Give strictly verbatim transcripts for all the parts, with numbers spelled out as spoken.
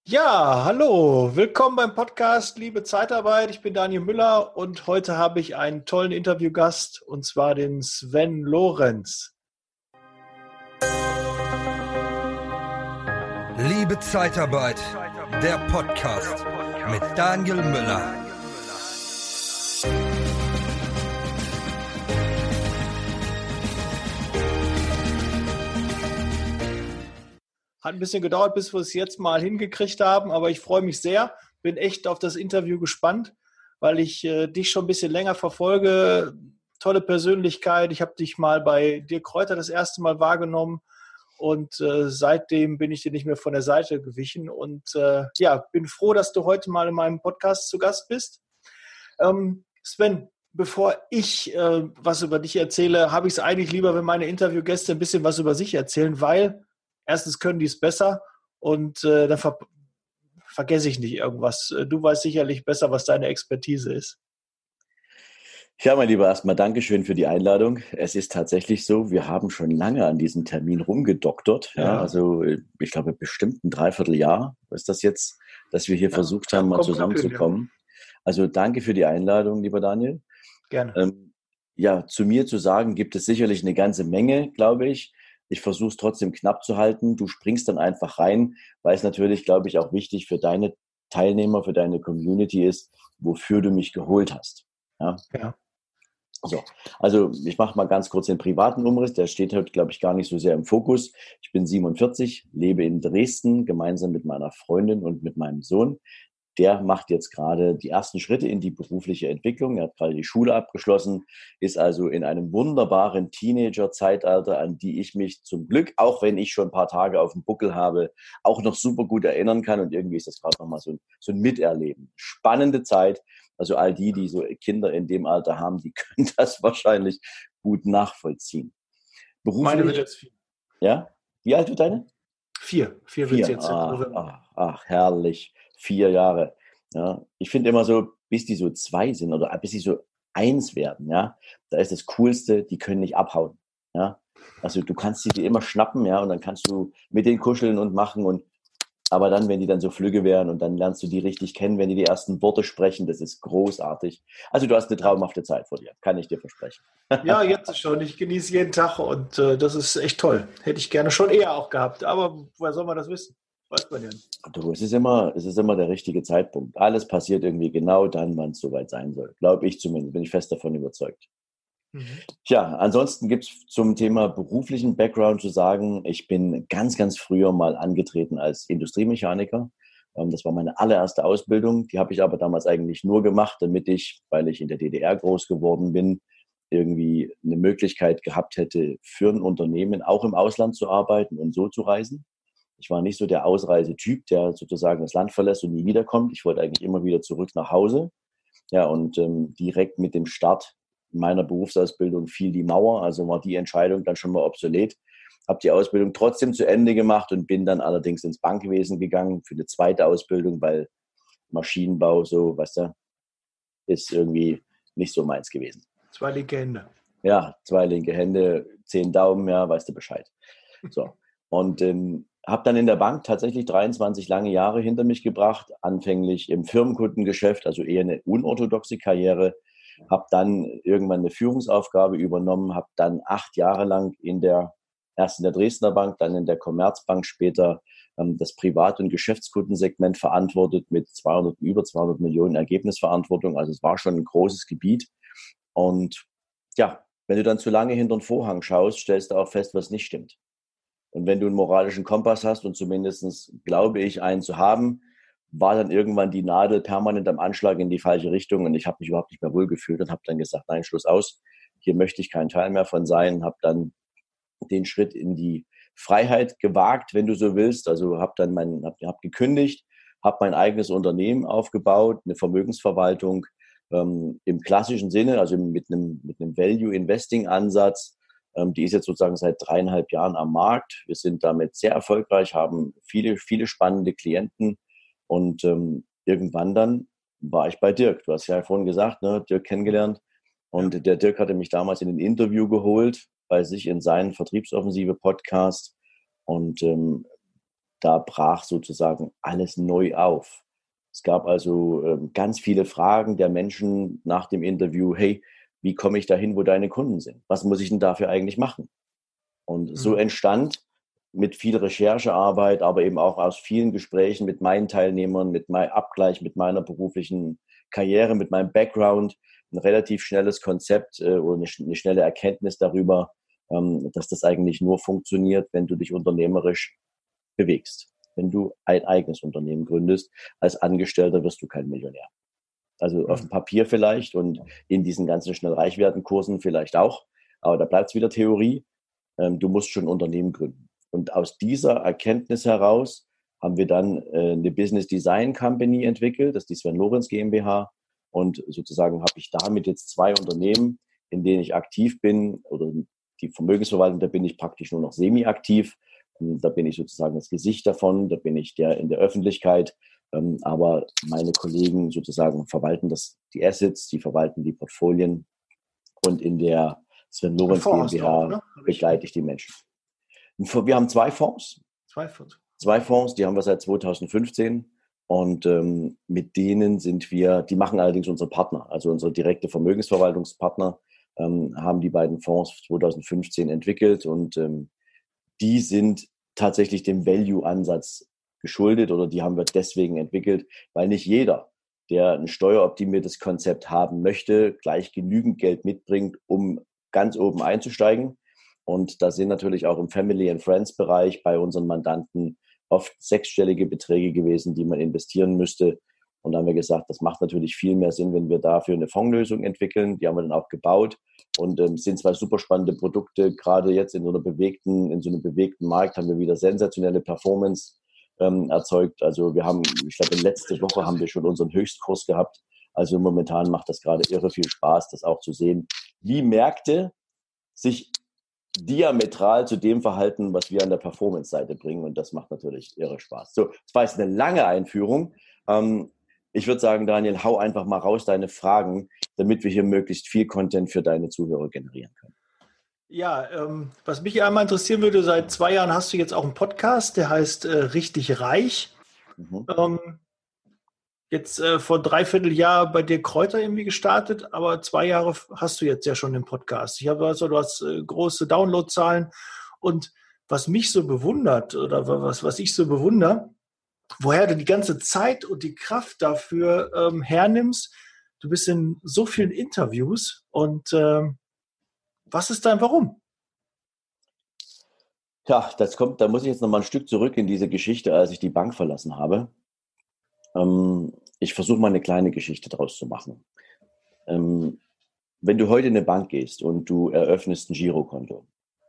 Ja, hallo, willkommen beim Podcast Liebe Zeitarbeit. Ich bin Daniel Müller und heute habe ich einen tollen Interviewgast und zwar den Sven Lorenz. Liebe Zeitarbeit, der Podcast mit Daniel Müller. Hat ein bisschen gedauert, bis wir es jetzt mal hingekriegt haben, aber ich freue mich sehr, bin echt auf das Interview gespannt, weil ich äh, dich schon ein bisschen länger verfolge. Tolle Persönlichkeit. Ich habe dich mal bei Dirk Kräuter das erste Mal wahrgenommen und äh, seitdem bin ich dir nicht mehr von der Seite gewichen und äh, ja, bin froh, dass du heute mal in meinem Podcast zu Gast bist. Ähm, Sven, bevor ich äh, was über dich erzähle, habe ich es eigentlich lieber, wenn meine Interviewgäste ein bisschen was über sich erzählen, weil erstens können die es besser und äh, dann ver vergesse ich nicht irgendwas. Du weißt sicherlich besser, was deine Expertise ist. Ja, mein Lieber, erstmal Dankeschön für die Einladung. Es ist tatsächlich so, wir haben schon lange an diesem Termin rumgedoktert. Ja, Ja. also ich glaube, bestimmt ein Dreivierteljahr ist das jetzt, dass wir hier Ja, versucht ja, haben, mal kommt knapp hin, ja. zusammenzukommen. Also danke für die Einladung, lieber Daniel. Gerne. Ähm, ja, zu mir zu sagen, gibt es sicherlich eine ganze Menge, glaube ich. Ich versuche es trotzdem knapp zu halten. Du springst dann einfach rein, weil es natürlich, glaube ich, auch wichtig für deine Teilnehmer, für deine Community ist, wofür du mich geholt hast. Ja. Ja. So, also ich mache mal ganz kurz den privaten Umriss, der steht heute, glaube ich, gar nicht so sehr im Fokus. Ich bin siebenundvierzig, lebe in Dresden gemeinsam mit meiner Freundin und mit meinem Sohn. Der macht jetzt gerade die ersten Schritte in die berufliche Entwicklung. Er hat gerade die Schule abgeschlossen, ist also in einem wunderbaren Teenager-Zeitalter, an die ich mich zum Glück, auch wenn ich schon ein paar Tage auf dem Buckel habe, auch noch super gut erinnern kann. Und irgendwie ist das gerade nochmal so ein, so ein Miterleben. Spannende Zeit. Also all die, die so Kinder in dem Alter haben, die können das wahrscheinlich gut nachvollziehen. Beruflich, Meine wird jetzt vier. Ja? Wie alt wird deine? Vier. Vier wird es Vier. jetzt im Ach, November. ach, ach, herrlich. Vier Jahre. Ja. Ich finde immer so, bis die so zwei sind oder bis die so eins werden, ja, da ist das Coolste, die können nicht abhauen. Ja. Also du kannst sie dir immer schnappen, ja, und dann kannst du mit denen kuscheln und machen und aber dann, wenn die dann so flügge werden und dann lernst du die richtig kennen, wenn die die ersten Worte sprechen, das ist großartig. Also du hast eine traumhafte Zeit vor dir, kann ich dir versprechen. Ja, jetzt schon. Ich genieße jeden Tag und äh, das ist echt toll. Hätte ich gerne schon eher auch gehabt. Aber woher soll man das wissen? Weiß man ja nicht. Du, es ist immer, es ist immer der richtige Zeitpunkt. Alles passiert irgendwie genau dann, wann es soweit sein soll. Glaube ich zumindest, bin ich fest davon überzeugt. Mhm. Tja, ansonsten gibt es zum Thema beruflichen Background zu sagen, ich bin ganz, ganz früher mal angetreten als Industriemechaniker. Ähm, das war meine allererste Ausbildung. Die habe ich aber damals eigentlich nur gemacht, damit ich, weil ich in der D D R groß geworden bin, irgendwie eine Möglichkeit gehabt hätte, für ein Unternehmen auch im Ausland zu arbeiten und so zu reisen. Ich war nicht so der Ausreisetyp, der sozusagen das Land verlässt und nie wiederkommt. Ich wollte eigentlich immer wieder zurück nach Hause. Ja, und ähm, direkt mit dem Start meiner Berufsausbildung fiel die Mauer, also war die Entscheidung dann schon mal obsolet. Habe die Ausbildung trotzdem zu Ende gemacht und bin dann allerdings ins Bankwesen gegangen für eine zweite Ausbildung, weil Maschinenbau, so, weißt du, ist irgendwie nicht so meins gewesen. Zwei linke Hände. Ja, zwei linke Hände, zehn Daumen, ja, weißt du Bescheid. So, und ähm, habe dann in der Bank tatsächlich dreiundzwanzig lange Jahre hinter mich gebracht, anfänglich im Firmenkundengeschäft, also eher eine unorthodoxe Karriere, habe dann irgendwann eine Führungsaufgabe übernommen, habe dann acht Jahre lang in der, erst in der Dresdner Bank, dann in der Commerzbank später ähm, das Privat- und Geschäftskundensegment verantwortet mit zweihundert, über zweihundert Millionen Ergebnisverantwortung. Also es war schon ein großes Gebiet. Und ja, wenn du dann zu lange hinter den Vorhang schaust, stellst du auch fest, was nicht stimmt. Und wenn du einen moralischen Kompass hast, und zumindest glaube ich, einen zu haben, war dann irgendwann die Nadel permanent am Anschlag in die falsche Richtung und ich habe mich überhaupt nicht mehr wohlgefühlt und habe dann gesagt, nein, Schluss aus, hier möchte ich kein Teil mehr von sein, habe dann den Schritt in die Freiheit gewagt, wenn du so willst, also habe dann mein, habe hab gekündigt, habe mein eigenes Unternehmen aufgebaut, eine Vermögensverwaltung ähm, im klassischen Sinne, also mit einem, mit einem Value-Investing-Ansatz. Ähm, die ist jetzt sozusagen seit dreieinhalb Jahren am Markt. Wir sind damit sehr erfolgreich, haben viele, viele spannende Klienten. Und ähm, irgendwann dann war ich bei Dirk. Du hast ja vorhin gesagt, ne, Dirk kennengelernt. Und ja. Der Dirk hatte mich damals in ein Interview geholt bei sich in seinen Vertriebsoffensive-Podcast. Und ähm, da brach sozusagen alles neu auf. Es gab also ähm, ganz viele Fragen der Menschen nach dem Interview, hey, wie komme ich dahin, wo deine Kunden sind? Was muss ich denn dafür eigentlich machen? Und so Mhm. entstand mit viel Recherchearbeit, aber eben auch aus vielen Gesprächen mit meinen Teilnehmern, mit meinem Abgleich mit meiner beruflichen Karriere, mit meinem Background, ein relativ schnelles Konzept äh, oder eine, eine schnelle Erkenntnis darüber, ähm, dass das eigentlich nur funktioniert, wenn du dich unternehmerisch bewegst. Wenn du ein eigenes Unternehmen gründest, als Angestellter wirst du kein Millionär. Also auf dem Papier vielleicht und in diesen ganzen Schnellreichwerden-Kursen vielleicht auch, aber da bleibt es wieder Theorie. Ähm, du musst schon ein Unternehmen gründen. Und aus dieser Erkenntnis heraus haben wir dann äh, eine Business Design Company entwickelt, das ist die Sven Lorenz GmbH. Und sozusagen habe ich damit jetzt zwei Unternehmen, in denen ich aktiv bin, oder die Vermögensverwaltung, da bin ich praktisch nur noch semi-aktiv. Und da bin ich sozusagen das Gesicht davon, da bin ich der in der Öffentlichkeit. Ähm, aber meine Kollegen sozusagen verwalten das, die Assets, die verwalten die Portfolien und in der Sven Lorenz GmbH auch, ne? begleite ich die Menschen. Wir haben zwei Fonds. Zwei Fonds. Zwei Fonds, die haben wir seit zweitausendfünfzehn und ähm, mit denen sind wir, die machen allerdings unsere Partner, also unsere direkte Vermögensverwaltungspartner, ähm, haben die beiden Fonds zweitausendfünfzehn entwickelt und ähm, die sind tatsächlich dem Value-Ansatz geschuldet oder die haben wir deswegen entwickelt, weil nicht jeder, der ein steueroptimiertes Konzept haben möchte, gleich genügend Geld mitbringt, um ganz oben einzusteigen. Und da sind natürlich auch im Family and Friends Bereich bei unseren Mandanten oft sechsstellige Beträge gewesen, die man investieren müsste. Und da haben wir gesagt, das macht natürlich viel mehr Sinn, wenn wir dafür eine Fondslösung entwickeln. Die haben wir dann auch gebaut und ähm, sind zwei super spannende Produkte. Gerade jetzt in so einer bewegten, in so einem bewegten Markt haben wir wieder sensationelle Performance ähm, erzeugt. Also wir haben, ich glaube, letzte Woche haben wir schon unseren Höchstkurs gehabt. Also momentan macht das gerade irre viel Spaß, das auch zu sehen, wie Märkte sich diametral zu dem verhalten, was wir an der Performance-Seite bringen. Und das macht natürlich irre Spaß. So, das war jetzt eine lange Einführung. Ähm, ich würde sagen, Daniel, hau einfach mal raus deine Fragen, damit wir hier möglichst viel Content für deine Zuhörer generieren können. Ja, ähm, was mich einmal interessieren würde, seit zwei Jahren hast du jetzt auch einen Podcast, der heißt äh, Richtig Reich. Mhm. Ähm, jetzt äh, vor dreiviertel Jahr bei dir Kräuter irgendwie gestartet, aber zwei Jahre hast du jetzt ja schon den Podcast. Ich habe also, du hast äh, große Downloadzahlen und was mich so bewundert oder was, was ich so bewundere, woher du die ganze Zeit und die Kraft dafür ähm, hernimmst. Du bist in so vielen Interviews und ähm, was ist dein Warum? Ja, das kommt, da muss ich jetzt noch mal ein Stück zurück in diese Geschichte, als ich die Bank verlassen habe. Ähm, ich versuche mal eine kleine Geschichte draus zu machen. Ähm, wenn du heute in eine Bank gehst und du eröffnest ein Girokonto,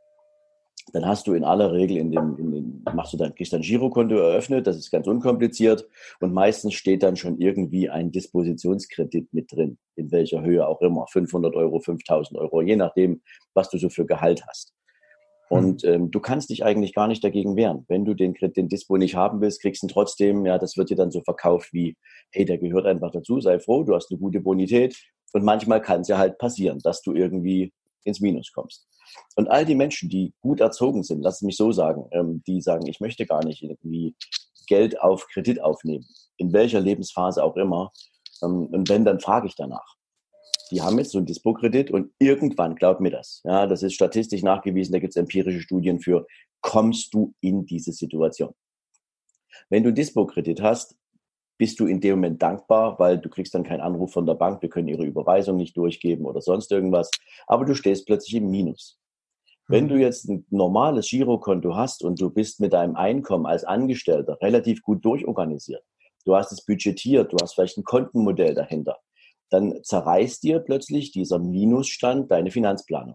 dann hast du in aller Regel in dem, in dem machst du dann, kriegst dein Girokonto eröffnet, das ist ganz unkompliziert und meistens steht dann schon irgendwie ein Dispositionskredit mit drin, in welcher Höhe auch immer, fünfhundert Euro, fünftausend Euro, je nachdem, was du so für Gehalt hast. Und ähm, du kannst dich eigentlich gar nicht dagegen wehren. Wenn du den, den Dispo nicht haben willst, kriegst du ihn trotzdem, ja, das wird dir dann so verkauft wie, hey, der gehört einfach dazu, sei froh, du hast eine gute Bonität. Und manchmal kann es ja halt passieren, dass du irgendwie ins Minus kommst. Und all die Menschen, die gut erzogen sind, lass es mich so sagen, ähm, die sagen, ich möchte gar nicht irgendwie Geld auf Kredit aufnehmen, in welcher Lebensphase auch immer. Ähm, und wenn, dann frage ich danach. Die haben jetzt so einen Dispo-Kredit und irgendwann, glaub mir das, ja, das ist statistisch nachgewiesen, da gibt es empirische Studien für, kommst du in diese Situation. Wenn du einen Dispo-Kredit hast, bist du in dem Moment dankbar, weil du kriegst dann keinen Anruf von der Bank, wir können ihre Überweisung nicht durchgeben oder sonst irgendwas, aber du stehst plötzlich im Minus. Wenn du jetzt ein normales Girokonto hast und du bist mit deinem Einkommen als Angestellter relativ gut durchorganisiert, du hast es budgetiert, du hast vielleicht ein Kontenmodell dahinter, dann zerreißt dir plötzlich dieser Minusstand deine Finanzplanung.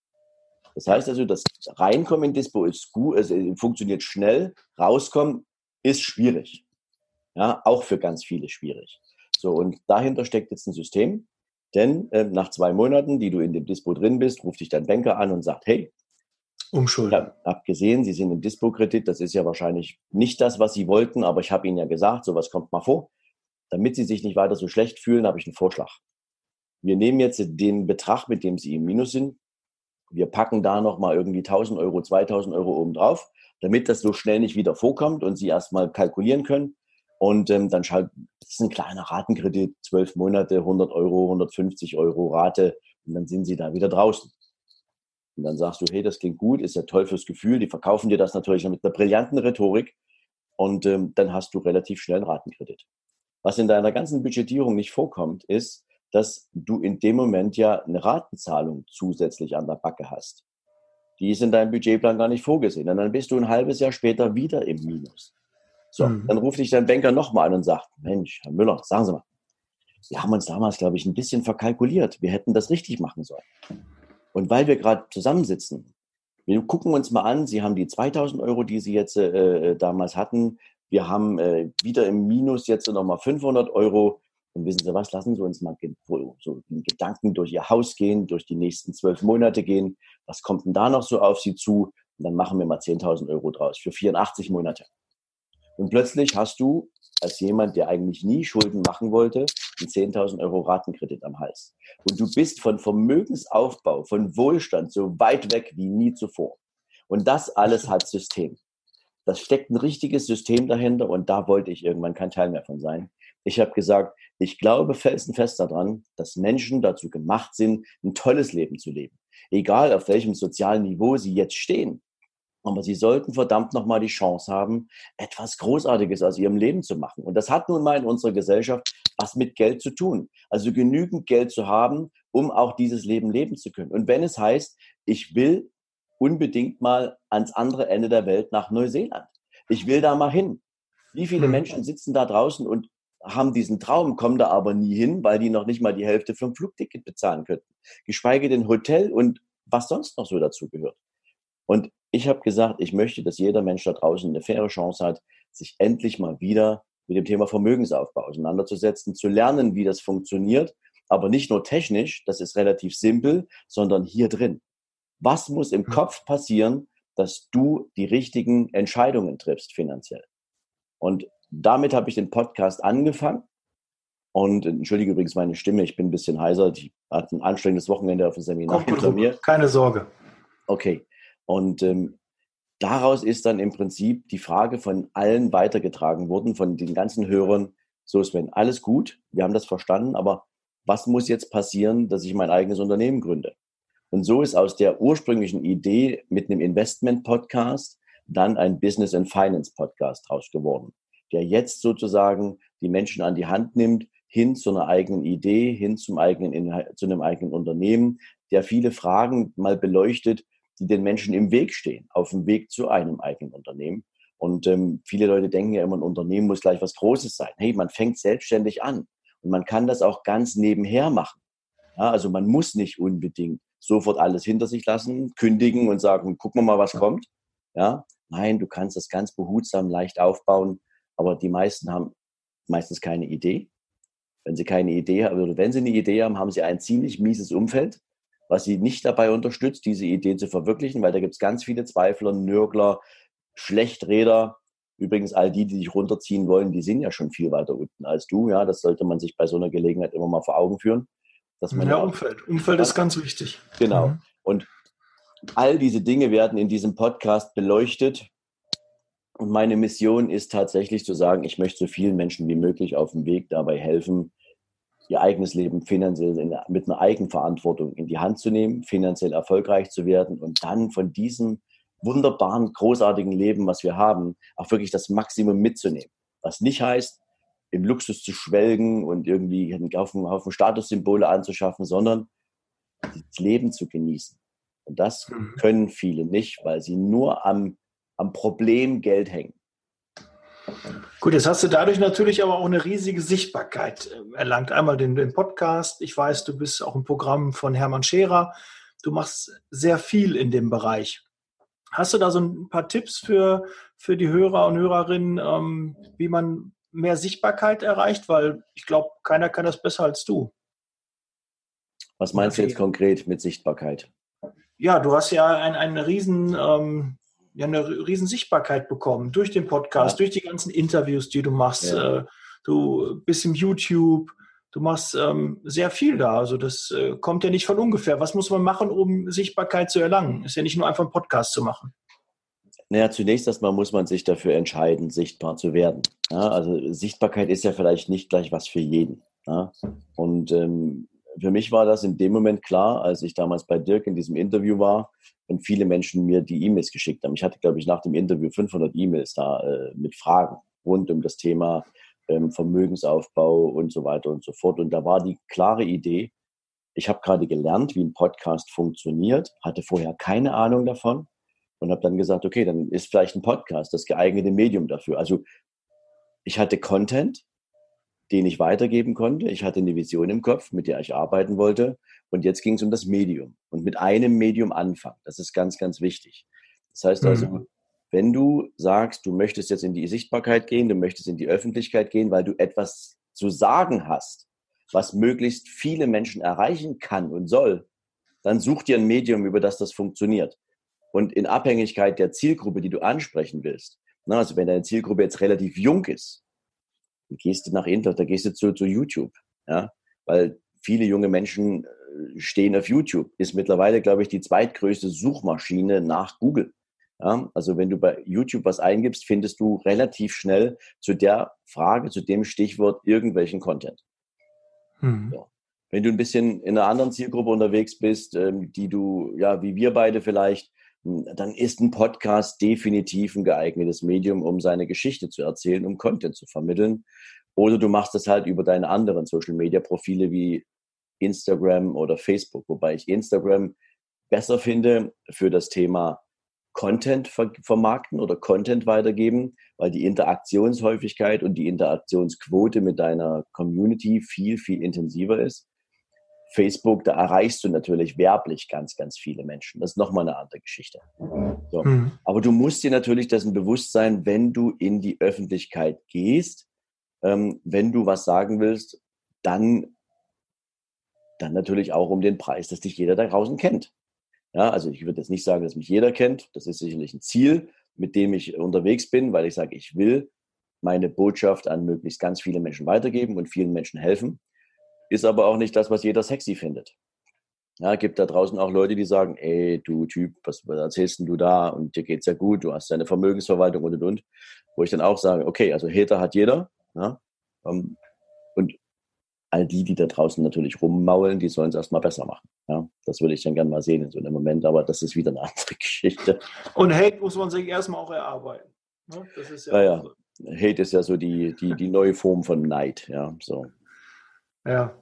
Das heißt also, das Reinkommen in Dispo ist gut, es funktioniert schnell, rauskommen ist schwierig. Ja, auch für ganz viele schwierig. So, und dahinter steckt jetzt ein System, denn äh, nach zwei Monaten, die du in dem Dispo drin bist, ruft dich dein Banker an und sagt, hey, Umschulden. Ich habe hab gesehen, Sie sind im Dispo-Kredit, das ist ja wahrscheinlich nicht das, was Sie wollten, aber ich habe Ihnen ja gesagt, sowas kommt mal vor. Damit Sie sich nicht weiter so schlecht fühlen, habe ich einen Vorschlag. Wir nehmen jetzt den Betrag, mit dem Sie im Minus sind. Wir packen da nochmal irgendwie tausend Euro, zweitausend Euro oben drauf. damit das so schnell nicht wieder vorkommt und sie erstmal kalkulieren können. Und ähm, dann schaut, das ist ein kleiner Ratenkredit, zwölf Monate, hundert Euro, hundertfünfzig Euro Rate und dann sind sie da wieder draußen. Und dann sagst du, hey, das klingt gut, ist ja toll fürs Gefühl. Die verkaufen dir das natürlich mit einer brillanten Rhetorik und ähm, dann hast du relativ schnell einen Ratenkredit. Was in deiner ganzen Budgetierung nicht vorkommt, ist, dass du in dem Moment ja eine Ratenzahlung zusätzlich an der Backe hast. Die ist in deinem Budgetplan gar nicht vorgesehen. Und dann bist du ein halbes Jahr später wieder im Minus. So, mhm. Dann ruft dich dein Banker nochmal an und sagt, Mensch, Herr Müller, sagen Sie mal, wir haben uns damals, glaube ich, ein bisschen verkalkuliert. Wir hätten das richtig machen sollen. Und weil wir gerade zusammensitzen, wir gucken uns mal an, Sie haben die zweitausend Euro, die Sie jetzt äh, damals hatten. Wir haben äh, wieder im Minus jetzt nochmal fünfhundert Euro. Und wissen Sie was, lassen Sie uns mal so in Gedanken durch Ihr Haus gehen, durch die nächsten zwölf Monate gehen. Was kommt denn da noch so auf Sie zu? Und dann machen wir mal zehntausend Euro draus für vierundachtzig Monate. Und plötzlich hast du als jemand, der eigentlich nie Schulden machen wollte, einen zehntausend Euro Ratenkredit am Hals. Und du bist von Vermögensaufbau, von Wohlstand so weit weg wie nie zuvor. Und das alles hat System. Das steckt ein richtiges System dahinter und da wollte ich irgendwann kein Teil mehr von sein. Ich habe gesagt, ich glaube felsenfest daran, dass Menschen dazu gemacht sind, ein tolles Leben zu leben. Egal auf welchem sozialen Niveau sie jetzt stehen. Aber sie sollten verdammt nochmal die Chance haben, etwas Großartiges aus ihrem Leben zu machen. Und das hat nun mal in unserer Gesellschaft was mit Geld zu tun. Also genügend Geld zu haben, um auch dieses Leben leben zu können. Und wenn es heißt, ich will unbedingt mal ans andere Ende der Welt nach Neuseeland. Ich will da mal hin. Wie viele Menschen sitzen da draußen und haben diesen Traum, kommen da aber nie hin, weil die noch nicht mal die Hälfte vom Flugticket bezahlen könnten. Geschweige denn Hotel und was sonst noch so dazu gehört. Und ich habe gesagt, ich möchte, dass jeder Mensch da draußen eine faire Chance hat, sich endlich mal wieder mit dem Thema Vermögensaufbau auseinanderzusetzen, zu lernen, wie das funktioniert, aber nicht nur technisch, das ist relativ simpel, sondern hier drin. Was muss im Kopf passieren, dass du die richtigen Entscheidungen triffst finanziell? Und damit habe ich den Podcast angefangen. Und entschuldige übrigens meine Stimme, ich bin ein bisschen heiser. Ich hatte ein anstrengendes Wochenende auf dem Seminar hinter mir. Keine Sorge. Okay. Und ähm, daraus ist dann im Prinzip die Frage von allen weitergetragen worden, von den ganzen Hörern. So, Sven, alles gut, wir haben das verstanden, aber was muss jetzt passieren, dass ich mein eigenes Unternehmen gründe? Und so ist aus der ursprünglichen Idee mit einem Investment-Podcast dann ein Business and Finance-Podcast draus geworden, der jetzt sozusagen die Menschen an die Hand nimmt, hin zu einer eigenen Idee, hin zum eigenen, zu einem eigenen Unternehmen, der viele Fragen mal beleuchtet, die den Menschen im Weg stehen, auf dem Weg zu einem eigenen Unternehmen. Und ähm, viele Leute denken ja immer, ein Unternehmen muss gleich was Großes sein. Hey, man fängt selbstständig an und man kann das auch ganz nebenher machen. Ja, also man muss nicht unbedingt sofort alles hinter sich lassen, kündigen und sagen, gucken wir mal, was kommt. Ja, nein, du kannst das ganz behutsam, leicht aufbauen, aber die meisten haben meistens keine Idee. Wenn sie keine Idee haben, oder wenn sie eine Idee haben, haben sie ein ziemlich mieses Umfeld, was sie nicht dabei unterstützt, diese Idee zu verwirklichen, weil da gibt es ganz viele Zweifler, Nörgler, Schlechträder. Übrigens, all die, die dich runterziehen wollen, die sind ja schon viel weiter unten als du. Ja, das sollte man sich bei so einer Gelegenheit immer mal vor Augen führen. Dass man ja, ja Umfeld. Umfeld ist ganz wichtig. Genau. Mhm. Und all diese Dinge werden in diesem Podcast beleuchtet. Und meine Mission ist tatsächlich zu sagen, ich möchte so vielen Menschen wie möglich auf dem Weg dabei helfen, ihr eigenes Leben finanziell in, mit einer Eigenverantwortung in die Hand zu nehmen, finanziell erfolgreich zu werden und dann von diesem wunderbaren, großartigen Leben, was wir haben, auch wirklich das Maximum mitzunehmen. Was nicht heißt, im Luxus zu schwelgen und irgendwie einen Haufen, Haufen Statussymbole anzuschaffen, sondern das Leben zu genießen. Und das mhm. können viele nicht, weil sie nur am, am Problem Geld hängen. Gut, jetzt hast du dadurch natürlich aber auch eine riesige Sichtbarkeit erlangt. Einmal den, den Podcast. Ich weiß, du bist auch im Programm von Hermann Scherer. Du machst sehr viel in dem Bereich. Hast du da so ein paar Tipps für, für die Hörer und Hörerinnen, ähm, wie man mehr Sichtbarkeit erreicht? Weil ich glaube, keiner kann das besser als du. Was meinst du jetzt konkret mit Sichtbarkeit? Ja, du hast ja ein, einen riesen... Ähm, ja, eine riesen Sichtbarkeit bekommen durch den Podcast, ja. durch die ganzen Interviews, die du machst. Ja. Äh, du bist im YouTube, du machst ähm, sehr viel da. Also das äh, kommt ja nicht von ungefähr. Was muss man machen, um Sichtbarkeit zu erlangen? Ist ja nicht nur einfach einen Podcast zu machen. Naja, zunächst erstmal muss man sich dafür entscheiden, sichtbar zu werden. Ja, also Sichtbarkeit ist ja vielleicht nicht gleich was für jeden. Ja? Und ähm, für mich war das in dem Moment klar, als ich damals bei Dirk in diesem Interview war und viele Menschen mir die E-Mails geschickt haben. Ich hatte, glaube ich, nach dem Interview fünfhundert E-Mails da äh, mit Fragen rund um das Thema ähm, Vermögensaufbau und so weiter und so fort. Und da war die klare Idee, ich habe gerade gelernt, wie ein Podcast funktioniert, hatte vorher keine Ahnung davon. Und habe dann gesagt, okay, dann ist vielleicht ein Podcast das geeignete Medium dafür. Also ich hatte Content, den ich weitergeben konnte. Ich hatte eine Vision im Kopf, mit der ich arbeiten wollte. Und jetzt ging es um das Medium. Und mit einem Medium anfangen. Das ist ganz, ganz wichtig. Das heißt also, mhm. wenn du sagst, du möchtest jetzt in die Sichtbarkeit gehen, du möchtest in die Öffentlichkeit gehen, weil du etwas zu sagen hast, was möglichst viele Menschen erreichen kann und soll, dann such dir ein Medium, über das das funktioniert. Und in Abhängigkeit der Zielgruppe, die du ansprechen willst, na, also wenn deine Zielgruppe jetzt relativ jung ist, dann gehst du nach Internet, da gehst du zu, zu YouTube, ja, weil viele junge Menschen stehen auf YouTube. Ist mittlerweile, glaube ich, die zweitgrößte Suchmaschine nach Google. Ja, also wenn du bei YouTube was eingibst, findest du relativ schnell zu der Frage, zu dem Stichwort irgendwelchen Content. Hm. Ja. Wenn du ein bisschen in einer anderen Zielgruppe unterwegs bist, die du, ja, wie wir beide vielleicht, dann ist ein Podcast definitiv ein geeignetes Medium, um seine Geschichte zu erzählen, um Content zu vermitteln. Oder du machst es halt über deine anderen Social-Media-Profile wie Instagram oder Facebook, wobei ich Instagram besser finde für das Thema Content vermarkten oder Content weitergeben, weil die Interaktionshäufigkeit und die Interaktionsquote mit deiner Community viel, viel intensiver ist. Facebook, da erreichst du natürlich werblich ganz, ganz viele Menschen. Das ist nochmal eine andere Geschichte. So. Hm. Aber du musst dir natürlich dessen bewusst sein, wenn du in die Öffentlichkeit gehst, ähm, wenn du was sagen willst, dann, dann natürlich auch um den Preis, dass dich jeder da draußen kennt. Ja, also ich würde jetzt nicht sagen, dass mich jeder kennt. Das ist sicherlich ein Ziel, mit dem ich unterwegs bin, weil ich sage, ich will meine Botschaft an möglichst ganz viele Menschen weitergeben und vielen Menschen helfen. Ist aber auch nicht das, was jeder sexy findet. Ja, gibt da draußen auch Leute, die sagen, ey, du Typ, was, was erzählst denn du da? Und dir geht's ja gut, du hast deine Vermögensverwaltung und, und, und. Wo ich dann auch sage, okay, also Hater hat jeder. Ja, und all die, die da draußen natürlich rummaulen, die sollen es erstmal besser machen. Ja, das würde ich dann gerne mal sehen in so einem Moment, aber das ist wieder eine andere Geschichte. Und Hate muss man sich erstmal auch erarbeiten. Ne? Das ist ja, ja, ja. So. Hate ist ja so die, die, die neue Form von Neid. Ja, so. Ja,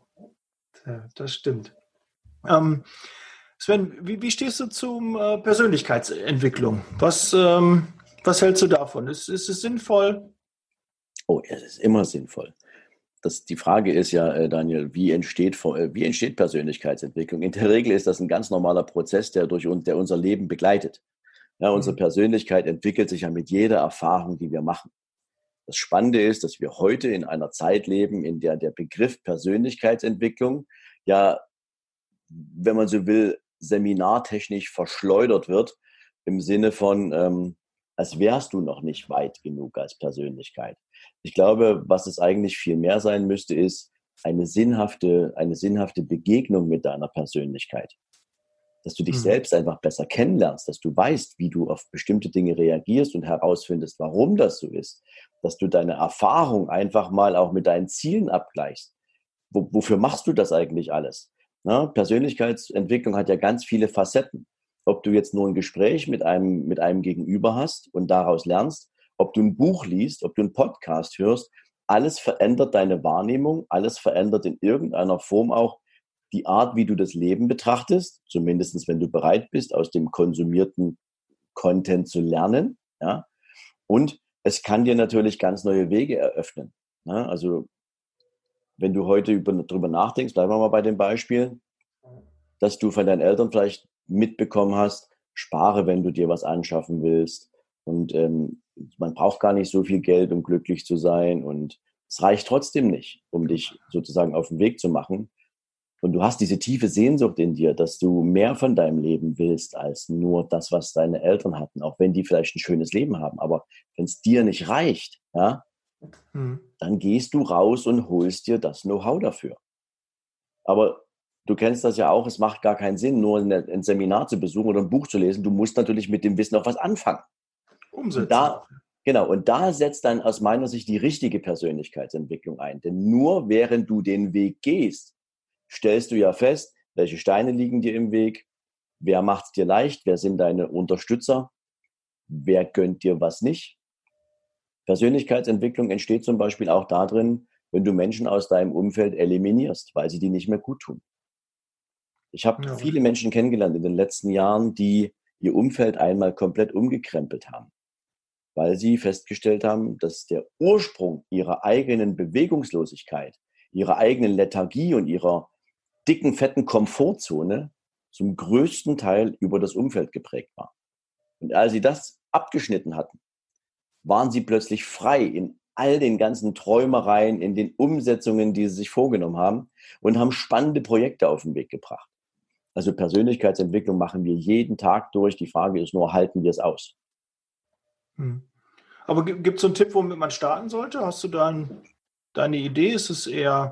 das stimmt. Ähm, Sven, wie, wie stehst du zum äh, Persönlichkeitsentwicklung? Was, ähm, was hältst du davon? Ist, ist es sinnvoll? Oh, es ist immer sinnvoll. Das, die Frage ist ja, äh, Daniel, wie entsteht, äh, wie entsteht Persönlichkeitsentwicklung? In der Regel ist das ein ganz normaler Prozess, der, durch, der unser Leben begleitet. Ja, unsere Persönlichkeit entwickelt sich ja mit jeder Erfahrung, die wir machen. Das Spannende ist, dass wir heute in einer Zeit leben, in der der Begriff Persönlichkeitsentwicklung ja, wenn man so will, seminartechnisch verschleudert wird, im Sinne von, ähm, als wärst du noch nicht weit genug als Persönlichkeit. Ich glaube, was es eigentlich viel mehr sein müsste, ist eine sinnhafte, eine sinnhafte Begegnung mit deiner Persönlichkeit. Dass du dich mhm. selbst einfach besser kennenlernst, dass du weißt, wie du auf bestimmte Dinge reagierst und herausfindest, warum das so ist. Dass du deine Erfahrung einfach mal auch mit deinen Zielen abgleichst. Wo, wofür machst du das eigentlich alles? Na, Persönlichkeitsentwicklung hat ja ganz viele Facetten. Ob du jetzt nur ein Gespräch mit einem, mit einem Gegenüber hast und daraus lernst, ob du ein Buch liest, ob du einen Podcast hörst, alles verändert deine Wahrnehmung, alles verändert in irgendeiner Form auch die Art, wie du das Leben betrachtest, zumindest wenn du bereit bist, aus dem konsumierten Content zu lernen. Ja? Und es kann dir natürlich ganz neue Wege eröffnen. Ja? Also wenn du heute über, darüber nachdenkst, bleiben wir mal bei dem Beispiel, dass du von deinen Eltern vielleicht mitbekommen hast, spare, wenn du dir was anschaffen willst. Und ähm, man braucht gar nicht so viel Geld, um glücklich zu sein. Und es reicht trotzdem nicht, um dich sozusagen auf den Weg zu machen. Und du hast diese tiefe Sehnsucht in dir, dass du mehr von deinem Leben willst, als nur das, was deine Eltern hatten. Auch wenn die vielleicht ein schönes Leben haben. Aber wenn es dir nicht reicht, ja, hm. dann gehst du raus und holst dir das Know-how dafür. Aber du kennst das ja auch, es macht gar keinen Sinn, nur ein Seminar zu besuchen oder ein Buch zu lesen. Du musst natürlich mit dem Wissen auch was anfangen. umsetzen. Da, genau, und da setzt dann aus meiner Sicht die richtige Persönlichkeitsentwicklung ein. Denn nur während du den Weg gehst, stellst du ja fest, welche Steine liegen dir im Weg, wer macht es dir leicht, wer sind deine Unterstützer, wer gönnt dir was nicht. Persönlichkeitsentwicklung entsteht zum Beispiel auch darin, wenn du Menschen aus deinem Umfeld eliminierst, weil sie dir nicht mehr gut tun. Ich habe Ja. viele Menschen kennengelernt in den letzten Jahren, die ihr Umfeld einmal komplett umgekrempelt haben, weil sie festgestellt haben, dass der Ursprung ihrer eigenen Bewegungslosigkeit, ihrer eigenen Lethargie und ihrer dicken, fetten Komfortzone zum größten Teil über das Umfeld geprägt war. Und als sie das abgeschnitten hatten, waren sie plötzlich frei in all den ganzen Träumereien, in den Umsetzungen, die sie sich vorgenommen haben und haben spannende Projekte auf den Weg gebracht. Also Persönlichkeitsentwicklung machen wir jeden Tag durch. Die Frage ist nur, halten wir es aus? Hm. Aber gibt es so einen Tipp, womit man starten sollte? Hast du da ein, deine Idee? Ist es eher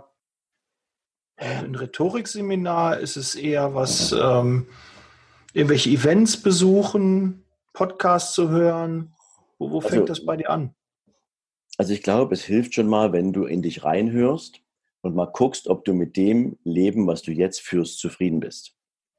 ein Rhetorikseminar? Ist es eher was, ähm, irgendwelche Events besuchen, Podcasts zu hören? Wo, wo fängt Also, das bei dir an? Also ich glaube, es hilft schon mal, wenn du in dich reinhörst und mal guckst, ob du mit dem Leben, was du jetzt führst, zufrieden bist.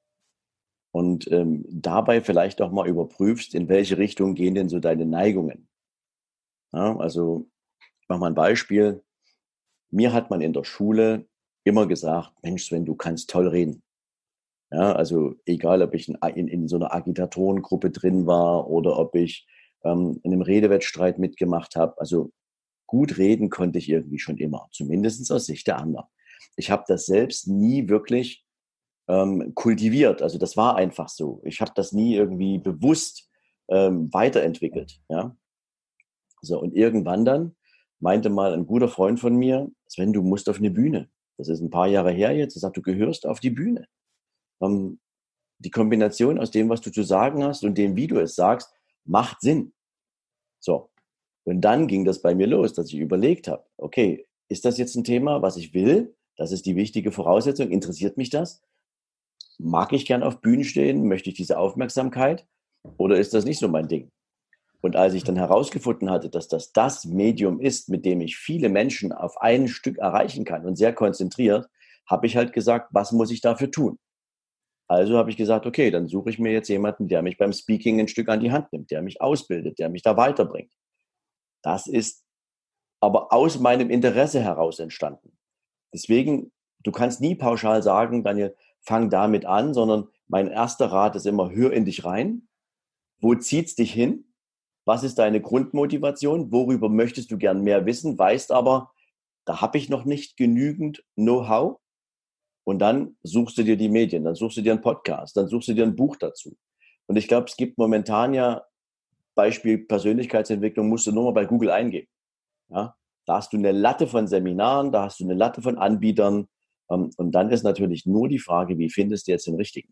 Und ähm, dabei vielleicht auch mal überprüfst, in welche Richtung gehen denn so deine Neigungen. Ja, also ich mache mal ein Beispiel. Mir hat man in der Schule immer gesagt, Mensch Sven, du kannst toll reden. Ja, also egal, ob ich in, in, in so einer Agitatorengruppe drin war oder ob ich ähm, in einem Redewettstreit mitgemacht habe. Also gut reden konnte ich irgendwie schon immer, zumindest aus Sicht der anderen. Ich habe das selbst nie wirklich ähm, kultiviert. Also das war einfach so. Ich habe das nie irgendwie bewusst ähm, weiterentwickelt. Ja? So, und irgendwann dann meinte mal ein guter Freund von mir, Sven, du musst auf eine Bühne. Das ist ein paar Jahre her jetzt. Er sagt, du gehörst auf die Bühne. Ähm, die Kombination aus dem, was du zu sagen hast und dem, wie du es sagst, macht Sinn. So. Und dann ging das bei mir los, dass ich überlegt habe, okay, ist das jetzt ein Thema, was ich will? Das ist die wichtige Voraussetzung. Interessiert mich das? Mag ich gern auf Bühnen stehen? Möchte ich diese Aufmerksamkeit? Oder ist das nicht so mein Ding? Und als ich dann herausgefunden hatte, dass das das Medium ist, mit dem ich viele Menschen auf ein Stück erreichen kann und sehr konzentriert, habe ich halt gesagt, was muss ich dafür tun? Also habe ich gesagt, okay, dann suche ich mir jetzt jemanden, der mich beim Speaking ein Stück an die Hand nimmt, der mich ausbildet, der mich da weiterbringt. Das ist aber aus meinem Interesse heraus entstanden. Deswegen, du kannst nie pauschal sagen, Daniel, fang damit an, sondern mein erster Rat ist immer, hör in dich rein. Wo zieht's dich hin? Was ist deine Grundmotivation? Worüber möchtest du gern mehr wissen? Weißt aber, da habe ich noch nicht genügend Know-how. Und dann suchst du dir die Medien, dann suchst du dir einen Podcast, dann suchst du dir ein Buch dazu. Und ich glaube, es gibt momentan ja Beispiel Persönlichkeitsentwicklung, musst du nur mal bei Google eingeben. Ja? Da hast du eine Latte von Seminaren, da hast du eine Latte von Anbietern. Ähm, und dann ist natürlich nur die Frage, wie findest du jetzt den richtigen?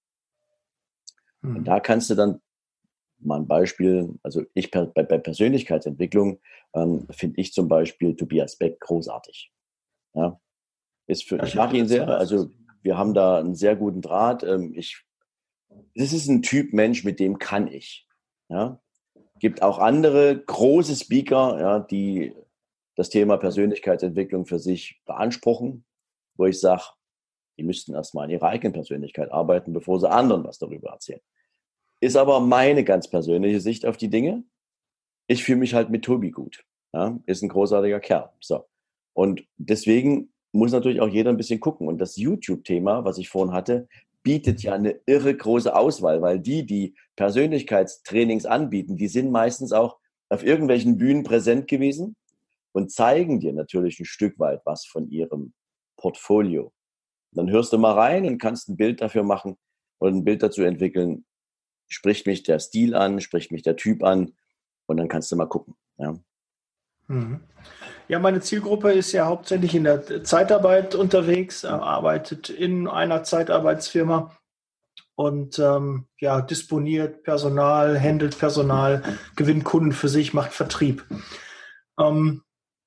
Hm. Und da kannst du dann mal ein Beispiel, also ich bei, bei Persönlichkeitsentwicklung ähm, finde ich zum Beispiel Tobias Beck großartig. Ja? Ist für, ich mag ihn sehr, also wir haben da einen sehr guten Draht. Ähm, ich, das ist ein Typ Mensch, mit dem kann ich. Ja? Gibt auch andere große Speaker, ja, die das Thema Persönlichkeitsentwicklung für sich beanspruchen, wo ich sage, die müssten erstmal an ihrer eigenen Persönlichkeit arbeiten, bevor sie anderen was darüber erzählen. Ist aber meine ganz persönliche Sicht auf die Dinge. Ich fühle mich halt mit Tobi gut. Ja? Ist ein großartiger Kerl. So. Und deswegen muss natürlich auch jeder ein bisschen gucken. Und das YouTube-Thema, was ich vorhin hatte, bietet ja eine irre große Auswahl, weil die, die Persönlichkeitstrainings anbieten, die sind meistens auch auf irgendwelchen Bühnen präsent gewesen und zeigen dir natürlich ein Stück weit was von ihrem Portfolio. Dann hörst du mal rein und kannst ein Bild dafür machen oder ein Bild dazu entwickeln. Spricht mich der Stil an, spricht mich der Typ an und dann kannst du mal gucken. Ja. Mhm. Ja, meine Zielgruppe ist ja hauptsächlich in der Zeitarbeit unterwegs, arbeitet in einer Zeitarbeitsfirma und ähm, ja, disponiert Personal, handelt Personal, gewinnt Kunden für sich, macht Vertrieb. Ähm,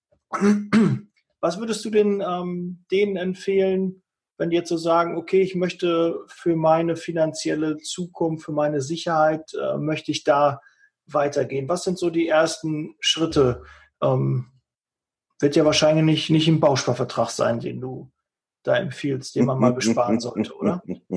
was würdest du denn ähm, denen empfehlen, wenn die jetzt so sagen, okay, ich möchte für meine finanzielle Zukunft, für meine Sicherheit, äh, möchte ich da weitergehen? Was sind so die ersten Schritte? Ähm, wird ja wahrscheinlich nicht, nicht ein Bausparvertrag sein, den du da empfiehlst, den man mal besparen sollte, oder?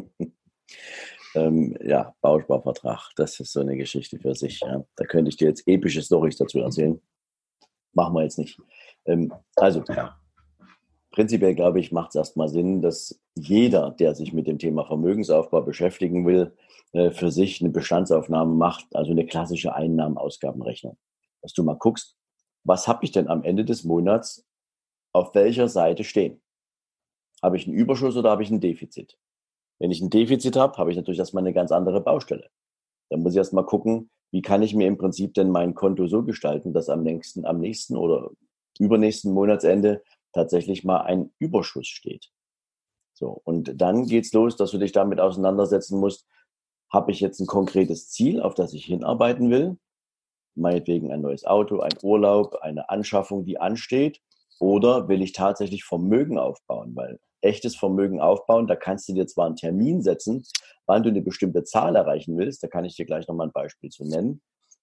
ähm, ja, Bausparvertrag, das ist so eine Geschichte für sich. Ja. Da könnte ich dir jetzt epische Storys dazu erzählen. Machen wir jetzt nicht. Ähm, also, ja. Prinzipiell, glaube ich, macht es erstmal Sinn, dass jeder, der sich mit dem Thema Vermögensaufbau beschäftigen will, äh, für sich eine Bestandsaufnahme macht, also eine klassische Einnahmen-Ausgabenrechnung. Dass du mal guckst, was habe ich denn am Ende des Monats auf welcher Seite stehen? Habe ich einen Überschuss oder habe ich ein Defizit? Wenn ich ein Defizit habe, habe ich natürlich erstmal eine ganz andere Baustelle. Dann muss ich erstmal gucken, wie kann ich mir im Prinzip denn mein Konto so gestalten, dass am nächsten, am nächsten oder übernächsten Monatsende tatsächlich mal ein Überschuss steht. So, und dann geht's los, dass du dich damit auseinandersetzen musst, habe ich jetzt ein konkretes Ziel, auf das ich hinarbeiten will? Meinetwegen ein neues Auto, ein Urlaub, eine Anschaffung, die ansteht. Oder will ich tatsächlich Vermögen aufbauen? Weil echtes Vermögen aufbauen, da kannst du dir zwar einen Termin setzen, wann du eine bestimmte Zahl erreichen willst. Da kann ich dir gleich nochmal ein Beispiel zu nennen.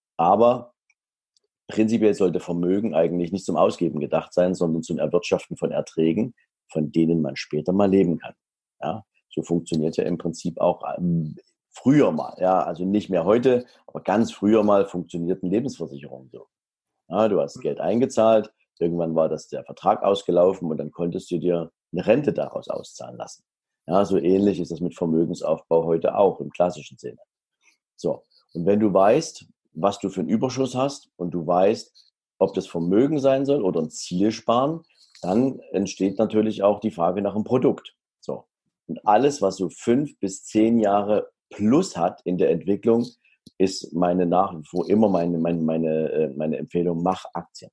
Aber prinzipiell sollte Vermögen eigentlich nicht zum Ausgeben gedacht sein, sondern zum Erwirtschaften von Erträgen, von denen man später mal leben kann. Ja, so funktioniert ja im Prinzip auch ähm, früher mal. Ja, also nicht mehr heute, aber ganz früher mal funktionierten Lebensversicherungen so. Ja, du hast Geld eingezahlt, irgendwann war das der Vertrag ausgelaufen und dann konntest du dir eine Rente daraus auszahlen lassen. Ja, so ähnlich ist das mit Vermögensaufbau heute auch im klassischen Sinne. So, und wenn du weißt, was du für einen Überschuss hast und du weißt, ob das Vermögen sein soll oder ein Ziel sparen, dann entsteht natürlich auch die Frage nach einem Produkt. So, und alles, was so fünf bis zehn Jahre plus hat in der Entwicklung, ist meine nach wie vor immer meine, meine, meine, meine Empfehlung, mach Aktien.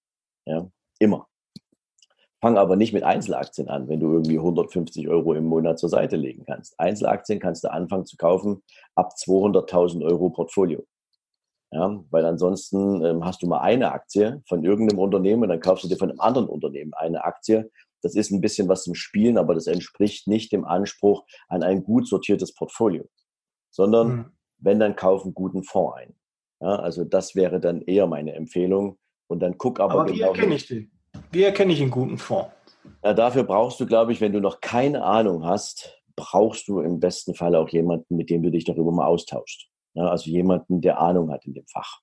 Ja, immer. Fang aber nicht mit Einzelaktien an, wenn du irgendwie hundertfünfzig Euro im Monat zur Seite legen kannst. Einzelaktien kannst du anfangen zu kaufen ab zweihunderttausend Euro Portfolio. Ja, weil ansonsten ähm, hast du mal eine Aktie von irgendeinem Unternehmen und dann kaufst du dir von einem anderen Unternehmen eine Aktie. Das ist ein bisschen was zum Spielen, aber das entspricht nicht dem Anspruch an ein gut sortiertes Portfolio, sondern hm. wenn, dann kauf einen guten Fonds ein. Ja, also das wäre dann eher meine Empfehlung. Und dann guck aber, aber wie genau, erkenne ich den? Wie erkenne ich einen guten Fonds? Ja, dafür brauchst du, glaube ich, wenn du noch keine Ahnung hast, brauchst du im besten Fall auch jemanden, mit dem du dich darüber mal austauschst. Ja, also jemanden, der Ahnung hat in dem Fach.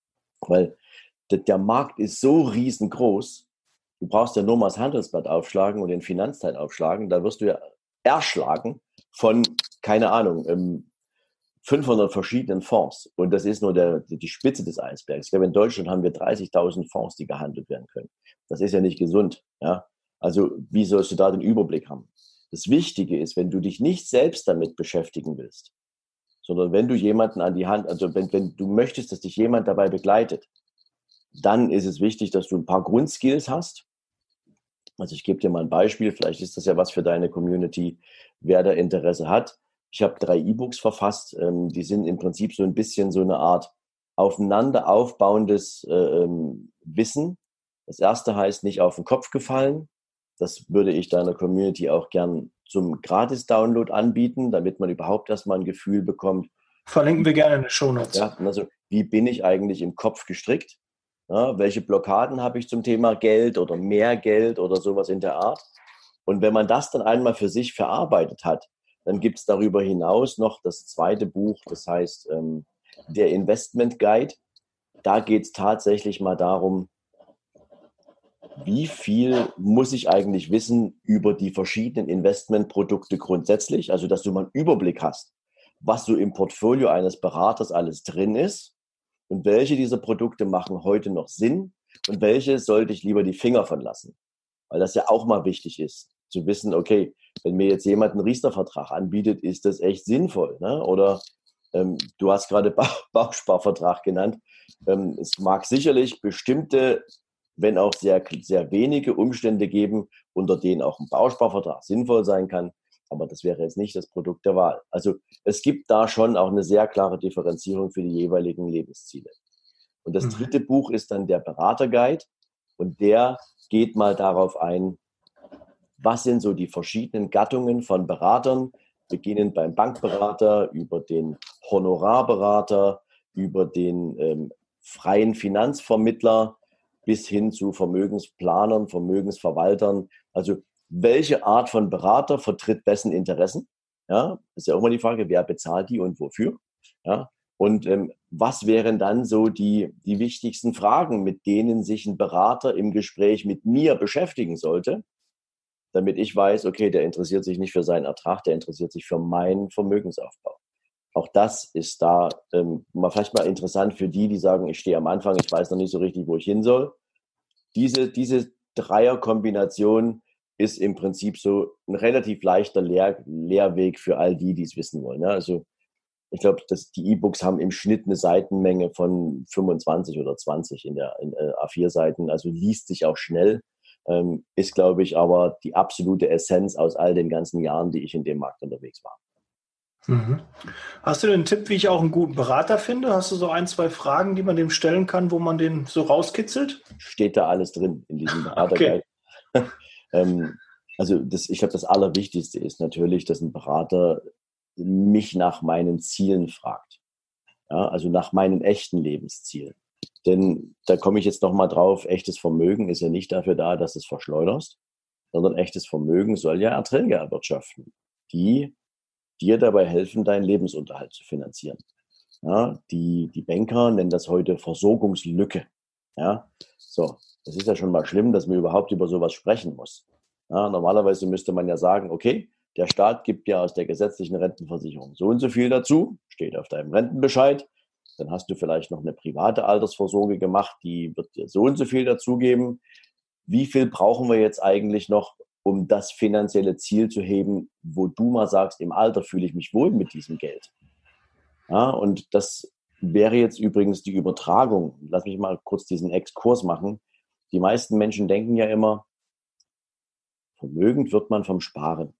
Weil der, der Markt ist so riesengroß, du brauchst ja nur mal das Handelsblatt aufschlagen und den Finanzteil aufschlagen, da wirst du ja erschlagen von, keine Ahnung, fünfhundert verschiedenen Fonds. Und das ist nur der, die Spitze des Eisbergs. Ich glaube, in Deutschland haben wir dreißigtausend Fonds, die gehandelt werden können. Das ist ja nicht gesund. Ja? Also wie sollst du da den Überblick haben? Das Wichtige ist, wenn du dich nicht selbst damit beschäftigen willst, sondern wenn du jemanden an die Hand, also wenn, wenn du möchtest, dass dich jemand dabei begleitet, dann ist es wichtig, dass du ein paar Grundskills hast. Also ich gebe dir mal ein Beispiel, vielleicht ist das ja was für deine Community, wer da Interesse hat. Ich habe drei E-Books verfasst, ähm, die sind im Prinzip so ein bisschen so eine Art aufeinander aufbauendes äh, ähm, Wissen. Das erste heißt nicht auf den Kopf gefallen. Das würde ich deiner Community auch gern zum Gratis-Download anbieten, damit man überhaupt erstmal ein Gefühl bekommt. Verlinken wir gerne in den Shownotes. Ja, also wie bin ich eigentlich im Kopf gestrickt? Ja, welche Blockaden habe ich zum Thema Geld oder mehr Geld oder sowas in der Art? Und wenn man das dann einmal für sich verarbeitet hat, dann gibt es darüber hinaus noch das zweite Buch, das heißt ähm, der Investment Guide. Da geht es tatsächlich mal darum, wie viel muss ich eigentlich wissen über die verschiedenen Investmentprodukte grundsätzlich, also dass du mal einen Überblick hast, was so im Portfolio eines Beraters alles drin ist und welche dieser Produkte machen heute noch Sinn und welche sollte ich lieber die Finger von lassen, weil das ja auch mal wichtig ist, zu wissen, okay, wenn mir jetzt jemand einen Riester-Vertrag anbietet, ist das echt sinnvoll, ne? Oder ähm, du hast gerade ba- Bausparvertrag genannt. Ähm, es mag sicherlich bestimmte, wenn auch sehr, sehr wenige Umstände geben, unter denen auch ein Bausparvertrag sinnvoll sein kann. Aber das wäre jetzt nicht das Produkt der Wahl. Also es gibt da schon auch eine sehr klare Differenzierung für die jeweiligen Lebensziele. Und das dritte Buch ist dann der Beraterguide. Und der geht mal darauf ein, was sind so die verschiedenen Gattungen von Beratern, beginnend beim Bankberater, über den Honorarberater, über den ähm, freien Finanzvermittler bis hin zu Vermögensplanern, Vermögensverwaltern. Also welche Art von Berater vertritt wessen Interessen? Ja, ist ja auch immer die Frage, wer bezahlt die und wofür? Ja, und ähm, was wären dann so die, die wichtigsten Fragen, mit denen sich ein Berater im Gespräch mit mir beschäftigen sollte, damit ich weiß, okay, der interessiert sich nicht für seinen Ertrag, der interessiert sich für meinen Vermögensaufbau. Auch das ist da ähm, mal vielleicht mal interessant für die, die sagen, ich stehe am Anfang, ich weiß noch nicht so richtig, wo ich hin soll. Diese, diese Dreierkombination ist im Prinzip so ein relativ leichter Lehr- Lehrweg für all die, die es wissen wollen. Ja, also ich glaube, dass die E-Books haben im Schnitt eine Seitenmenge von fünfundzwanzig oder zwanzig in der in, äh, A vier Seiten, also liest sich auch schnell, ähm, ist, glaube ich, aber die absolute Essenz aus all den ganzen Jahren, die ich in dem Markt unterwegs war. Mhm. Hast du denn einen Tipp, wie ich auch einen guten Berater finde? Hast du so ein, zwei Fragen, die man dem stellen kann, wo man den so rauskitzelt? Steht da alles drin in diesem Beraterguide. Okay. ähm, also das, ich glaube, das Allerwichtigste ist natürlich, dass ein Berater mich nach meinen Zielen fragt. Ja, also nach meinen echten Lebenszielen. Denn da komme ich jetzt nochmal drauf, echtes Vermögen ist ja nicht dafür da, dass es verschleuderst, sondern echtes Vermögen soll ja Erträge erwirtschaften, die dir dabei helfen, deinen Lebensunterhalt zu finanzieren. Ja, die, die Banker nennen das heute Versorgungslücke. Ja, so, das ist ja schon mal schlimm, dass man überhaupt über sowas sprechen muss. Ja, normalerweise müsste man ja sagen, okay, der Staat gibt ja aus der gesetzlichen Rentenversicherung so und so viel dazu, steht auf deinem Rentenbescheid. Dann hast du vielleicht noch eine private Altersvorsorge gemacht, die wird dir so und so viel dazugeben. Wie viel brauchen wir jetzt eigentlich noch, um das finanzielle Ziel zu heben, wo du mal sagst, im Alter fühle ich mich wohl mit diesem Geld? Ja, und das wäre jetzt übrigens die Übertragung. Lass mich mal kurz diesen Exkurs machen. Die meisten Menschen denken ja immer, vermögend wird man vom Sparen,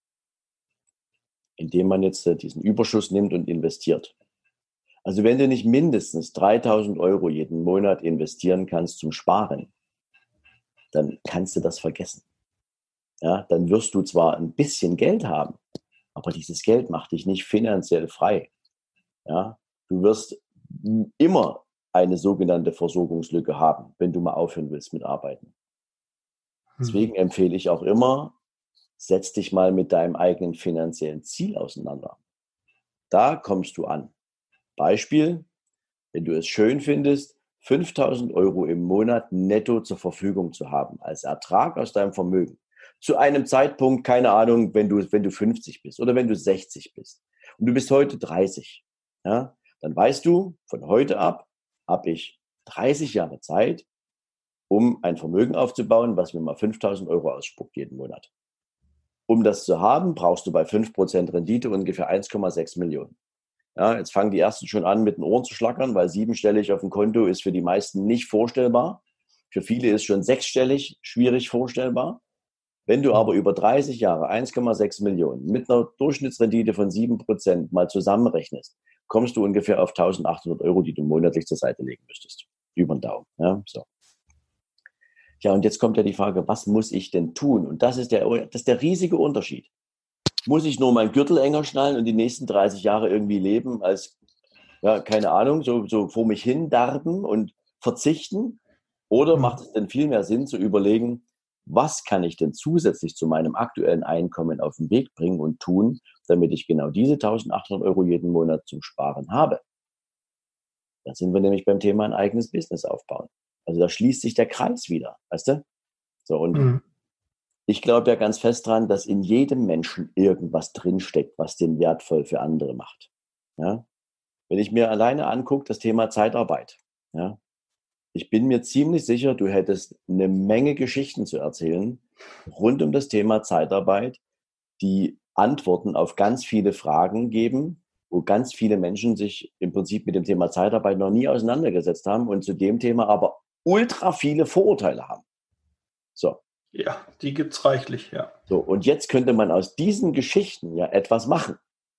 indem man jetzt diesen Überschuss nimmt und investiert. Also wenn du nicht mindestens dreitausend Euro jeden Monat investieren kannst zum Sparen, dann kannst du das vergessen. Ja, dann wirst du zwar ein bisschen Geld haben, aber dieses Geld macht dich nicht finanziell frei. Ja, du wirst immer eine sogenannte Versorgungslücke haben, wenn du mal aufhören willst mit Arbeiten. Deswegen empfehle ich auch immer, setz dich mal mit deinem eigenen finanziellen Ziel auseinander. Da kommst du an. Beispiel, wenn du es schön findest, fünftausend Euro im Monat netto zur Verfügung zu haben, als Ertrag aus deinem Vermögen. Zu einem Zeitpunkt, keine Ahnung, wenn du, wenn du fünfzig bist oder wenn du sechzig bist und du bist heute dreißig, ja, dann weißt du, von heute ab habe ich dreißig Jahre Zeit, um ein Vermögen aufzubauen, was mir mal fünftausend Euro ausspuckt jeden Monat. Um das zu haben, brauchst du bei fünf Prozent Rendite ungefähr eins Komma sechs Millionen. Ja, jetzt fangen die ersten schon an, mit den Ohren zu schlackern, weil siebenstellig auf dem Konto ist für die meisten nicht vorstellbar. Für viele ist schon sechsstellig schwierig vorstellbar. Wenn du aber über dreißig Jahre eins Komma sechs Millionen mit einer Durchschnittsrendite von sieben Prozent mal zusammenrechnest, kommst du ungefähr auf eintausendachthundert Euro, die du monatlich zur Seite legen müsstest. Über den Daumen. Ja, so. Ja, und jetzt kommt ja die Frage, was muss ich denn tun? Und das ist der, das ist der riesige Unterschied. Muss ich nur meinen Gürtel enger schnallen und die nächsten dreißig Jahre irgendwie leben als, ja, keine Ahnung, so, so vor mich hin darben und verzichten? Oder macht es denn viel mehr Sinn zu überlegen, was kann ich denn zusätzlich zu meinem aktuellen Einkommen auf den Weg bringen und tun, damit ich genau diese eintausendachthundert Euro jeden Monat zum Sparen habe? Da sind wir nämlich beim Thema ein eigenes Business aufbauen. Also da schließt sich der Kreis wieder, weißt du? So, und mhm. ich glaube ja ganz fest dran, dass in jedem Menschen irgendwas drinsteckt, was den wertvoll für andere macht. Ja? Wenn ich mir alleine angucke, das Thema Zeitarbeit, ja, ich bin mir ziemlich sicher, du hättest eine Menge Geschichten zu erzählen rund um das Thema Zeitarbeit, die Antworten auf ganz viele Fragen geben, wo ganz viele Menschen sich im Prinzip mit dem Thema Zeitarbeit noch nie auseinandergesetzt haben und zu dem Thema aber ultra viele Vorurteile haben. So. Ja, die gibt's reichlich, ja. So, und jetzt könnte man aus diesen Geschichten ja etwas machen.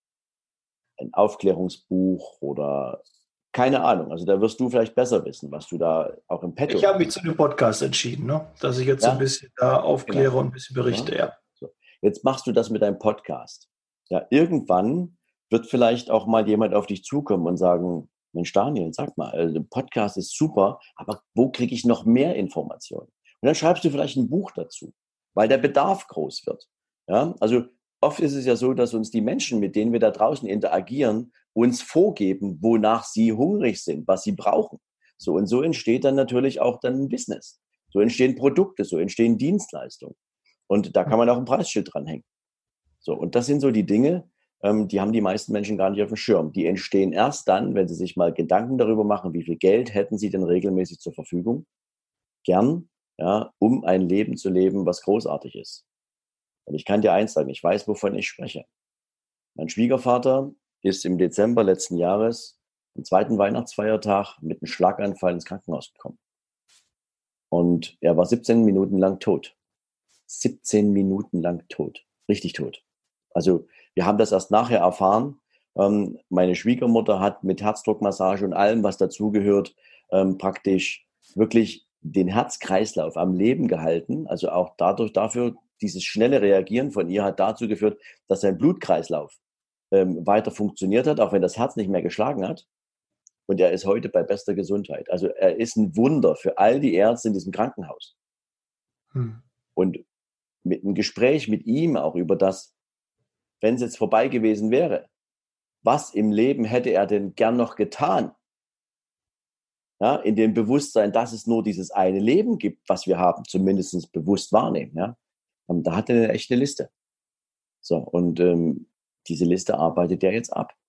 Ein Aufklärungsbuch oder keine Ahnung. Also da wirst du vielleicht besser wissen, was du da auch im Petto hast. Ich habe mich zu dem Podcast entschieden, ne? Dass ich jetzt ja? so ein bisschen da aufkläre genau. und ein bisschen berichte, ja. ja. So. Jetzt machst du das mit deinem Podcast. Ja, irgendwann wird vielleicht auch mal jemand auf dich zukommen und sagen, Mensch, Daniel, sag mal, äh, der Podcast ist super, aber wo kriege ich noch mehr Informationen? Und dann schreibst du vielleicht ein Buch dazu, weil der Bedarf groß wird. Ja, also oft ist es ja so, dass uns die Menschen, mit denen wir da draußen interagieren, uns vorgeben, wonach sie hungrig sind, was sie brauchen. So und so entsteht dann natürlich auch dann ein Business. So entstehen Produkte, so entstehen Dienstleistungen. Und da kann man auch ein Preisschild dranhängen. So, und das sind so die Dinge, ähm, die haben die meisten Menschen gar nicht auf dem Schirm. Die entstehen erst dann, wenn sie sich mal Gedanken darüber machen, wie viel Geld hätten sie denn regelmäßig zur Verfügung, gern, ja, um ein Leben zu leben, was großartig ist. Und ich kann dir eins sagen, ich weiß, wovon ich spreche. Mein Schwiegervater ist im Dezember letzten Jahres, am zweiten Weihnachtsfeiertag, mit einem Schlaganfall ins Krankenhaus gekommen. Und er war siebzehn Minuten lang tot. siebzehn Minuten lang tot. Richtig tot. Also wir haben das erst nachher erfahren. Ähm, meine Schwiegermutter hat mit Herzdruckmassage und allem, was dazugehört, ähm, praktisch wirklich den Herzkreislauf am Leben gehalten. Also auch dadurch dafür, dieses schnelle Reagieren von ihr hat dazu geführt, dass sein Blutkreislauf ähm, weiter funktioniert hat, auch wenn das Herz nicht mehr geschlagen hat. Und er ist heute bei bester Gesundheit. Also er ist ein Wunder für all die Ärzte in diesem Krankenhaus. Hm. Und mit einem Gespräch mit ihm auch über das, wenn es jetzt vorbei gewesen wäre, was im Leben hätte er denn gern noch getan? Ja, in dem Bewusstsein, dass es nur dieses eine Leben gibt, was wir haben, zumindest bewusst wahrnehmen. Ja? Und da hat er eine echte Liste. So, und ähm, diese Liste arbeitet er jetzt ab.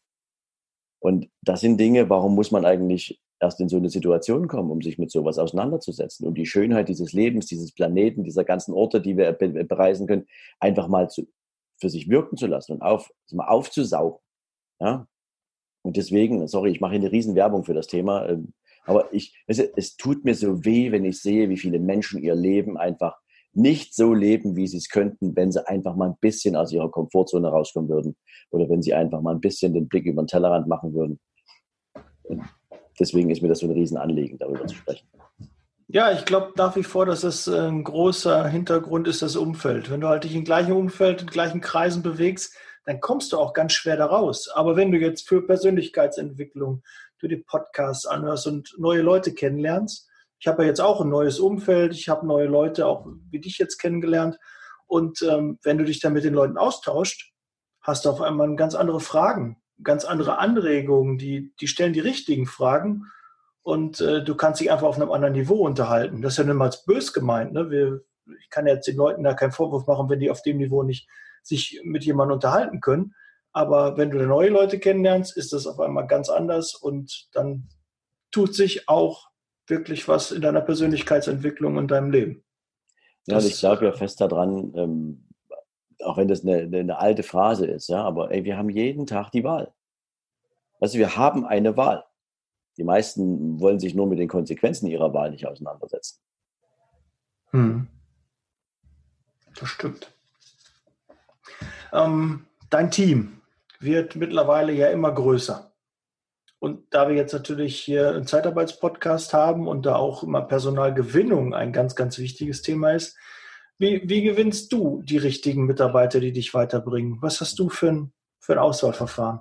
Und das sind Dinge, warum muss man eigentlich erst in so eine Situation kommen, um sich mit sowas auseinanderzusetzen, um die Schönheit dieses Lebens, dieses Planeten, dieser ganzen Orte, die wir be- bereisen können, einfach mal zu, für sich wirken zu lassen und auf, mal aufzusaugen. Ja? Und deswegen, sorry, ich mache hier eine riesen Werbung für das Thema, ähm, aber ich, es, es tut mir so weh, wenn ich sehe, wie viele Menschen ihr Leben einfach nicht so leben, wie sie es könnten, wenn sie einfach mal ein bisschen aus ihrer Komfortzone rauskommen würden oder wenn sie einfach mal ein bisschen den Blick über den Tellerrand machen würden. Und deswegen ist mir das so ein Riesenanliegen, darüber zu sprechen. Ja, ich glaube nach wie vor, dass das ein großer Hintergrund ist, das Umfeld. Wenn du halt dich im gleichen Umfeld, in gleichen Kreisen bewegst, dann kommst du auch ganz schwer da raus. Aber wenn du jetzt für Persönlichkeitsentwicklung, du die Podcasts anhörst und neue Leute kennenlernst, ich habe ja jetzt auch ein neues Umfeld, ich habe neue Leute, auch wie dich jetzt kennengelernt. Und ähm, wenn du dich dann mit den Leuten austauscht, hast du auf einmal ganz andere Fragen, ganz andere Anregungen, die, die stellen die richtigen Fragen und äh, du kannst dich einfach auf einem anderen Niveau unterhalten. Das ist ja niemals bös gemeint. Ne? Wir, ich kann jetzt den Leuten da keinen Vorwurf machen, wenn die auf dem Niveau nicht sich mit jemandem unterhalten können. Aber wenn du neue Leute kennenlernst, ist das auf einmal ganz anders und dann tut sich auch wirklich was in deiner Persönlichkeitsentwicklung und deinem Leben. Ja, und ich glaube ja fest daran, ähm, auch wenn das eine, eine alte Phrase ist, ja, aber ey, wir haben jeden Tag die Wahl. Also wir haben eine Wahl. Die meisten wollen sich nur mit den Konsequenzen ihrer Wahl nicht auseinandersetzen. Hm. Das stimmt. Ähm, dein Team wird mittlerweile ja immer größer. Und da wir jetzt natürlich hier einen Zeitarbeitspodcast haben und da auch immer Personalgewinnung ein ganz, ganz wichtiges Thema ist, wie, wie gewinnst du die richtigen Mitarbeiter, die dich weiterbringen? Was hast du für ein, für ein Auswahlverfahren?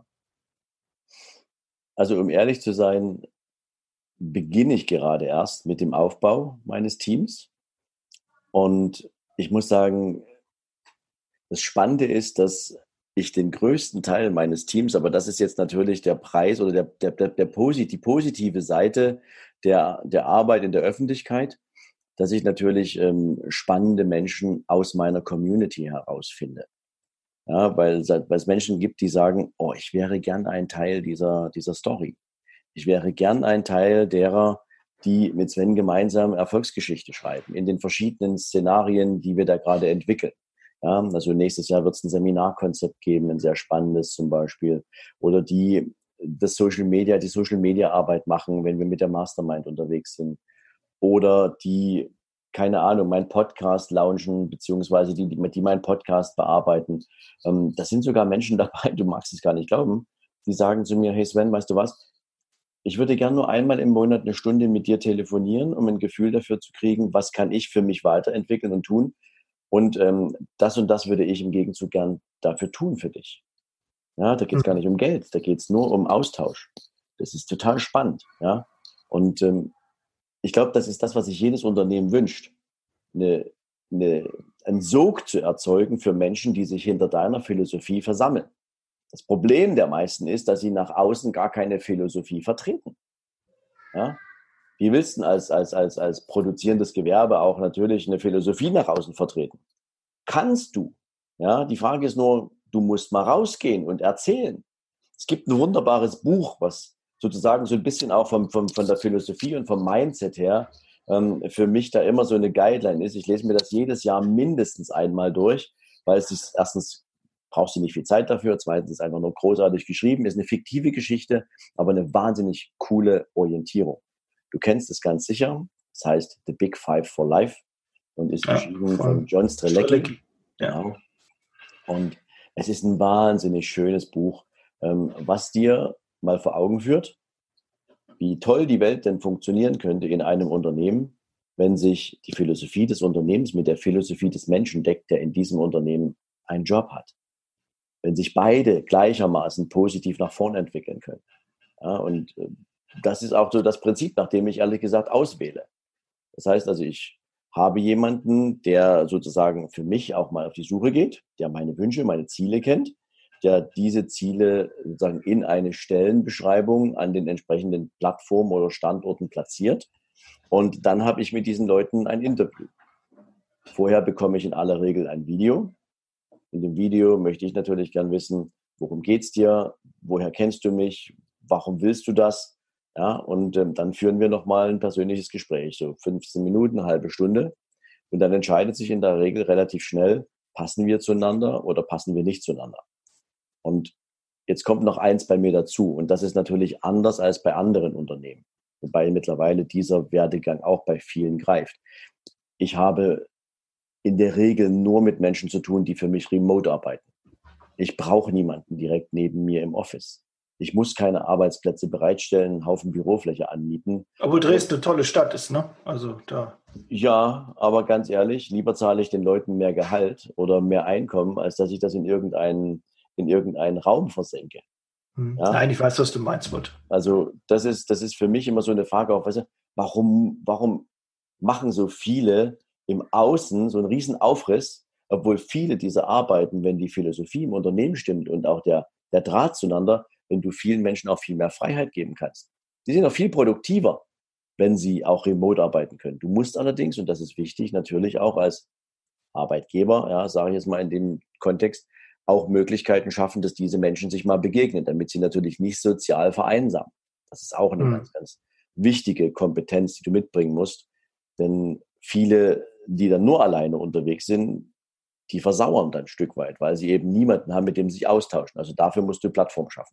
Also um ehrlich zu sein, beginne ich gerade erst mit dem Aufbau meines Teams. Und ich muss sagen, das Spannende ist, dass ich den größten Teil meines Teams, aber das ist jetzt natürlich der Preis oder der, der, der, der Posit, die positive Seite der, der Arbeit in der Öffentlichkeit, dass ich natürlich ähm, spannende Menschen aus meiner Community herausfinde. Ja, weil, weil es Menschen gibt, die sagen, oh, ich wäre gern ein Teil dieser, dieser Story. Ich wäre gern ein Teil derer, die mit Sven gemeinsam Erfolgsgeschichte schreiben, in den verschiedenen Szenarien, die wir da gerade entwickeln. Ja, also nächstes Jahr wird es ein Seminarkonzept geben, ein sehr spannendes zum Beispiel. Oder die das Social Media, die Social Media Arbeit machen, wenn wir mit der Mastermind unterwegs sind. Oder die, keine Ahnung, meinen Podcast launchen, beziehungsweise die, die, die meinen Podcast bearbeiten. Ähm, das sind sogar Menschen dabei, du magst es gar nicht glauben, die sagen zu mir, hey Sven, weißt du was? Ich würde gern nur einmal im Monat eine Stunde mit dir telefonieren, um ein Gefühl dafür zu kriegen, was kann ich für mich weiterentwickeln und tun. Und ähm, das und das würde ich im Gegenzug gern dafür tun für dich. Ja, da geht es gar nicht um Geld, da geht es nur um Austausch. Das ist total spannend. Ja? Und ähm, ich glaube, das ist das, was sich jedes Unternehmen wünscht. Eine, eine, einen Sog zu erzeugen für Menschen, die sich hinter deiner Philosophie versammeln. Das Problem der meisten ist, dass sie nach außen gar keine Philosophie vertreten. Ja? Wie willst du als, als, als, als produzierendes Gewerbe auch natürlich eine Philosophie nach außen vertreten? Kannst du. Ja? Die Frage ist nur, du musst mal rausgehen und erzählen. Es gibt ein wunderbares Buch, was sozusagen so ein bisschen auch vom, vom, von der Philosophie und vom Mindset her ähm, für mich da immer so eine Guideline ist. Ich lese mir das jedes Jahr mindestens einmal durch, weil es ist erstens, brauchst du nicht viel Zeit dafür, zweitens ist einfach nur großartig geschrieben, ist eine fiktive Geschichte, aber eine wahnsinnig coole Orientierung. Du kennst es ganz sicher, das heißt The Big Five for Life und ist ja, geschrieben von, von John Strelecki. Strelecki. Ja. Genau. Und es ist ein wahnsinnig schönes Buch, ähm, was dir mal vor Augen führt, wie toll die Welt denn funktionieren könnte in einem Unternehmen, wenn sich die Philosophie des Unternehmens mit der Philosophie des Menschen deckt, der in diesem Unternehmen einen Job hat. Wenn sich beide gleichermaßen positiv nach vorn entwickeln können. Ja, und äh, das ist auch so das Prinzip, nach dem ich ehrlich gesagt auswähle. Das heißt also, ich habe jemanden, der sozusagen für mich auch mal auf die Suche geht, der meine Wünsche, meine Ziele kennt, der diese Ziele sozusagen in eine Stellenbeschreibung an den entsprechenden Plattformen oder Standorten platziert. Und dann habe ich mit diesen Leuten ein Interview. Vorher bekomme ich in aller Regel ein Video. In dem Video möchte ich natürlich gern wissen, worum geht's dir? Woher kennst du mich? Warum willst du das? Ja, und ähm, dann führen wir nochmal ein persönliches Gespräch, so fünfzehn Minuten, eine halbe Stunde. Und dann entscheidet sich in der Regel relativ schnell, passen wir zueinander oder passen wir nicht zueinander. Und jetzt kommt noch eins bei mir dazu. Und das ist natürlich anders als bei anderen Unternehmen. Wobei mittlerweile dieser Werdegang auch bei vielen greift. Ich habe in der Regel nur mit Menschen zu tun, die für mich remote arbeiten. Ich brauche niemanden direkt neben mir im Office. Ich muss keine Arbeitsplätze bereitstellen, einen Haufen Bürofläche anmieten. Obwohl Dresden eine tolle Stadt ist, ne? Also da. Ja, aber ganz ehrlich, lieber zahle ich den Leuten mehr Gehalt oder mehr Einkommen, als dass ich das in irgendeinen in irgendeinen Raum versenke. Hm. Ja? Nein, ich weiß, was du meinst, Wood. Also das ist, das ist für mich immer so eine Frage, auch, weißt du, warum, warum machen so viele im Außen so einen riesen Aufriss, obwohl viele dieser Arbeiten, wenn die Philosophie im Unternehmen stimmt und auch der, der Draht zueinander, wenn du vielen Menschen auch viel mehr Freiheit geben kannst. Die sind auch viel produktiver, wenn sie auch remote arbeiten können. Du musst allerdings, und das ist wichtig, natürlich auch als Arbeitgeber, ja, sage ich jetzt mal in dem Kontext, auch Möglichkeiten schaffen, dass diese Menschen sich mal begegnen, damit sie natürlich nicht sozial vereinsamen. Das ist auch eine mhm. ganz, ganz wichtige Kompetenz, die du mitbringen musst. Denn viele, die dann nur alleine unterwegs sind, die versauern dann ein Stück weit, weil sie eben niemanden haben, mit dem sie sich austauschen. Also dafür musst du Plattform schaffen.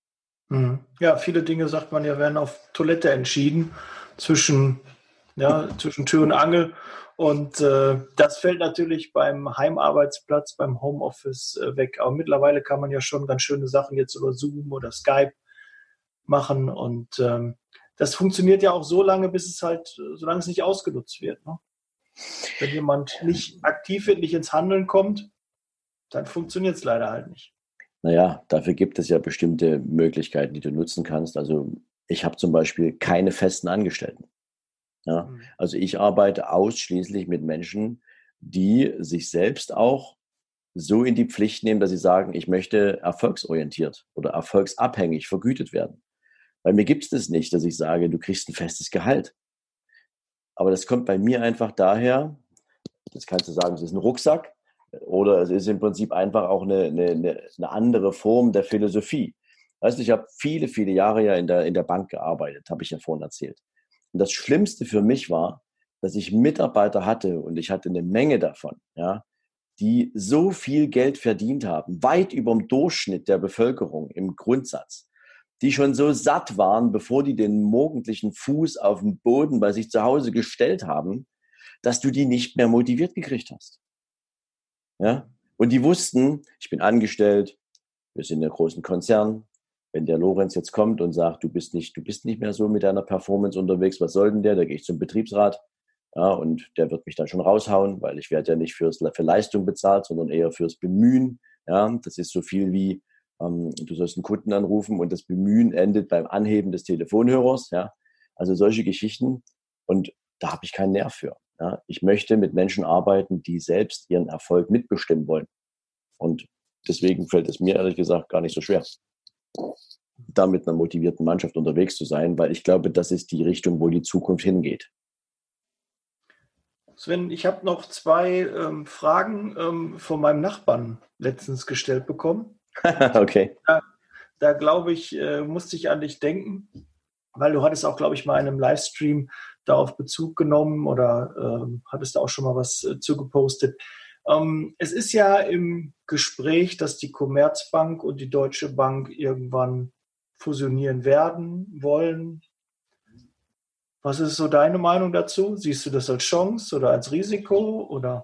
Mhm. Ja, viele Dinge, sagt man ja, werden auf Toilette entschieden zwischen, ja, zwischen Tür und Angel. Und äh, das fällt natürlich beim Heimarbeitsplatz, beim Homeoffice äh, weg. Aber mittlerweile kann man ja schon ganz schöne Sachen jetzt über Zoom oder Skype machen. Und ähm, das funktioniert ja auch so lange, bis es halt, solange es nicht ausgenutzt wird. Ne? Wenn jemand nicht aktiv wird, nicht ins Handeln kommt, dann funktioniert es leider halt nicht. Naja, dafür gibt es ja bestimmte Möglichkeiten, die du nutzen kannst. Also ich habe zum Beispiel keine festen Angestellten. Ja, also ich arbeite ausschließlich mit Menschen, die sich selbst auch so in die Pflicht nehmen, dass sie sagen, ich möchte erfolgsorientiert oder erfolgsabhängig vergütet werden. Bei mir gibt es das nicht, dass ich sage, du kriegst ein festes Gehalt. Aber das kommt bei mir einfach daher, das kannst du sagen, es ist ein Rucksack oder es ist im Prinzip einfach auch eine, eine, eine andere Form der Philosophie. Weißt du, ich habe viele, viele Jahre ja in der, in der Bank gearbeitet, habe ich ja vorhin erzählt. Und das Schlimmste für mich war, dass ich Mitarbeiter hatte und ich hatte eine Menge davon, ja, die so viel Geld verdient haben, weit über dem Durchschnitt der Bevölkerung im Grundsatz, die schon so satt waren, bevor die den morgendlichen Fuß auf den Boden bei sich zu Hause gestellt haben, dass du die nicht mehr motiviert gekriegt hast. Ja? Und die wussten, ich bin angestellt, wir sind in einem großen Konzern. Wenn der Lorenz jetzt kommt und sagt, du bist nicht, du bist nicht mehr so mit deiner Performance unterwegs, was soll denn der? Da gehe ich zum Betriebsrat, ja, und der wird mich dann schon raushauen, weil ich werde ja nicht fürs, für Leistung bezahlt, sondern eher fürs Bemühen. Ja, das ist so viel wie, ähm, du sollst einen Kunden anrufen und das Bemühen endet beim Anheben des Telefonhörers. Ja? Also solche Geschichten. Und da habe ich keinen Nerv für. Ja? Ich möchte mit Menschen arbeiten, die selbst ihren Erfolg mitbestimmen wollen. Und deswegen fällt es mir ehrlich gesagt gar nicht so schwer, da mit einer motivierten Mannschaft unterwegs zu sein, weil ich glaube, das ist die Richtung, wo die Zukunft hingeht. Sven, ich habe noch zwei ähm, Fragen ähm, von meinem Nachbarn letztens gestellt bekommen. Okay. Da, da glaube ich, äh, musste ich an dich denken, weil du hattest auch, glaube ich, mal in einem Livestream darauf Bezug genommen oder ähm, hattest da auch schon mal was äh, zugepostet. Ähm, es ist ja im Gespräch, dass die Commerzbank und die Deutsche Bank irgendwann fusionieren werden, wollen. Was ist so deine Meinung dazu? Siehst du das als Chance oder als Risiko? Oder?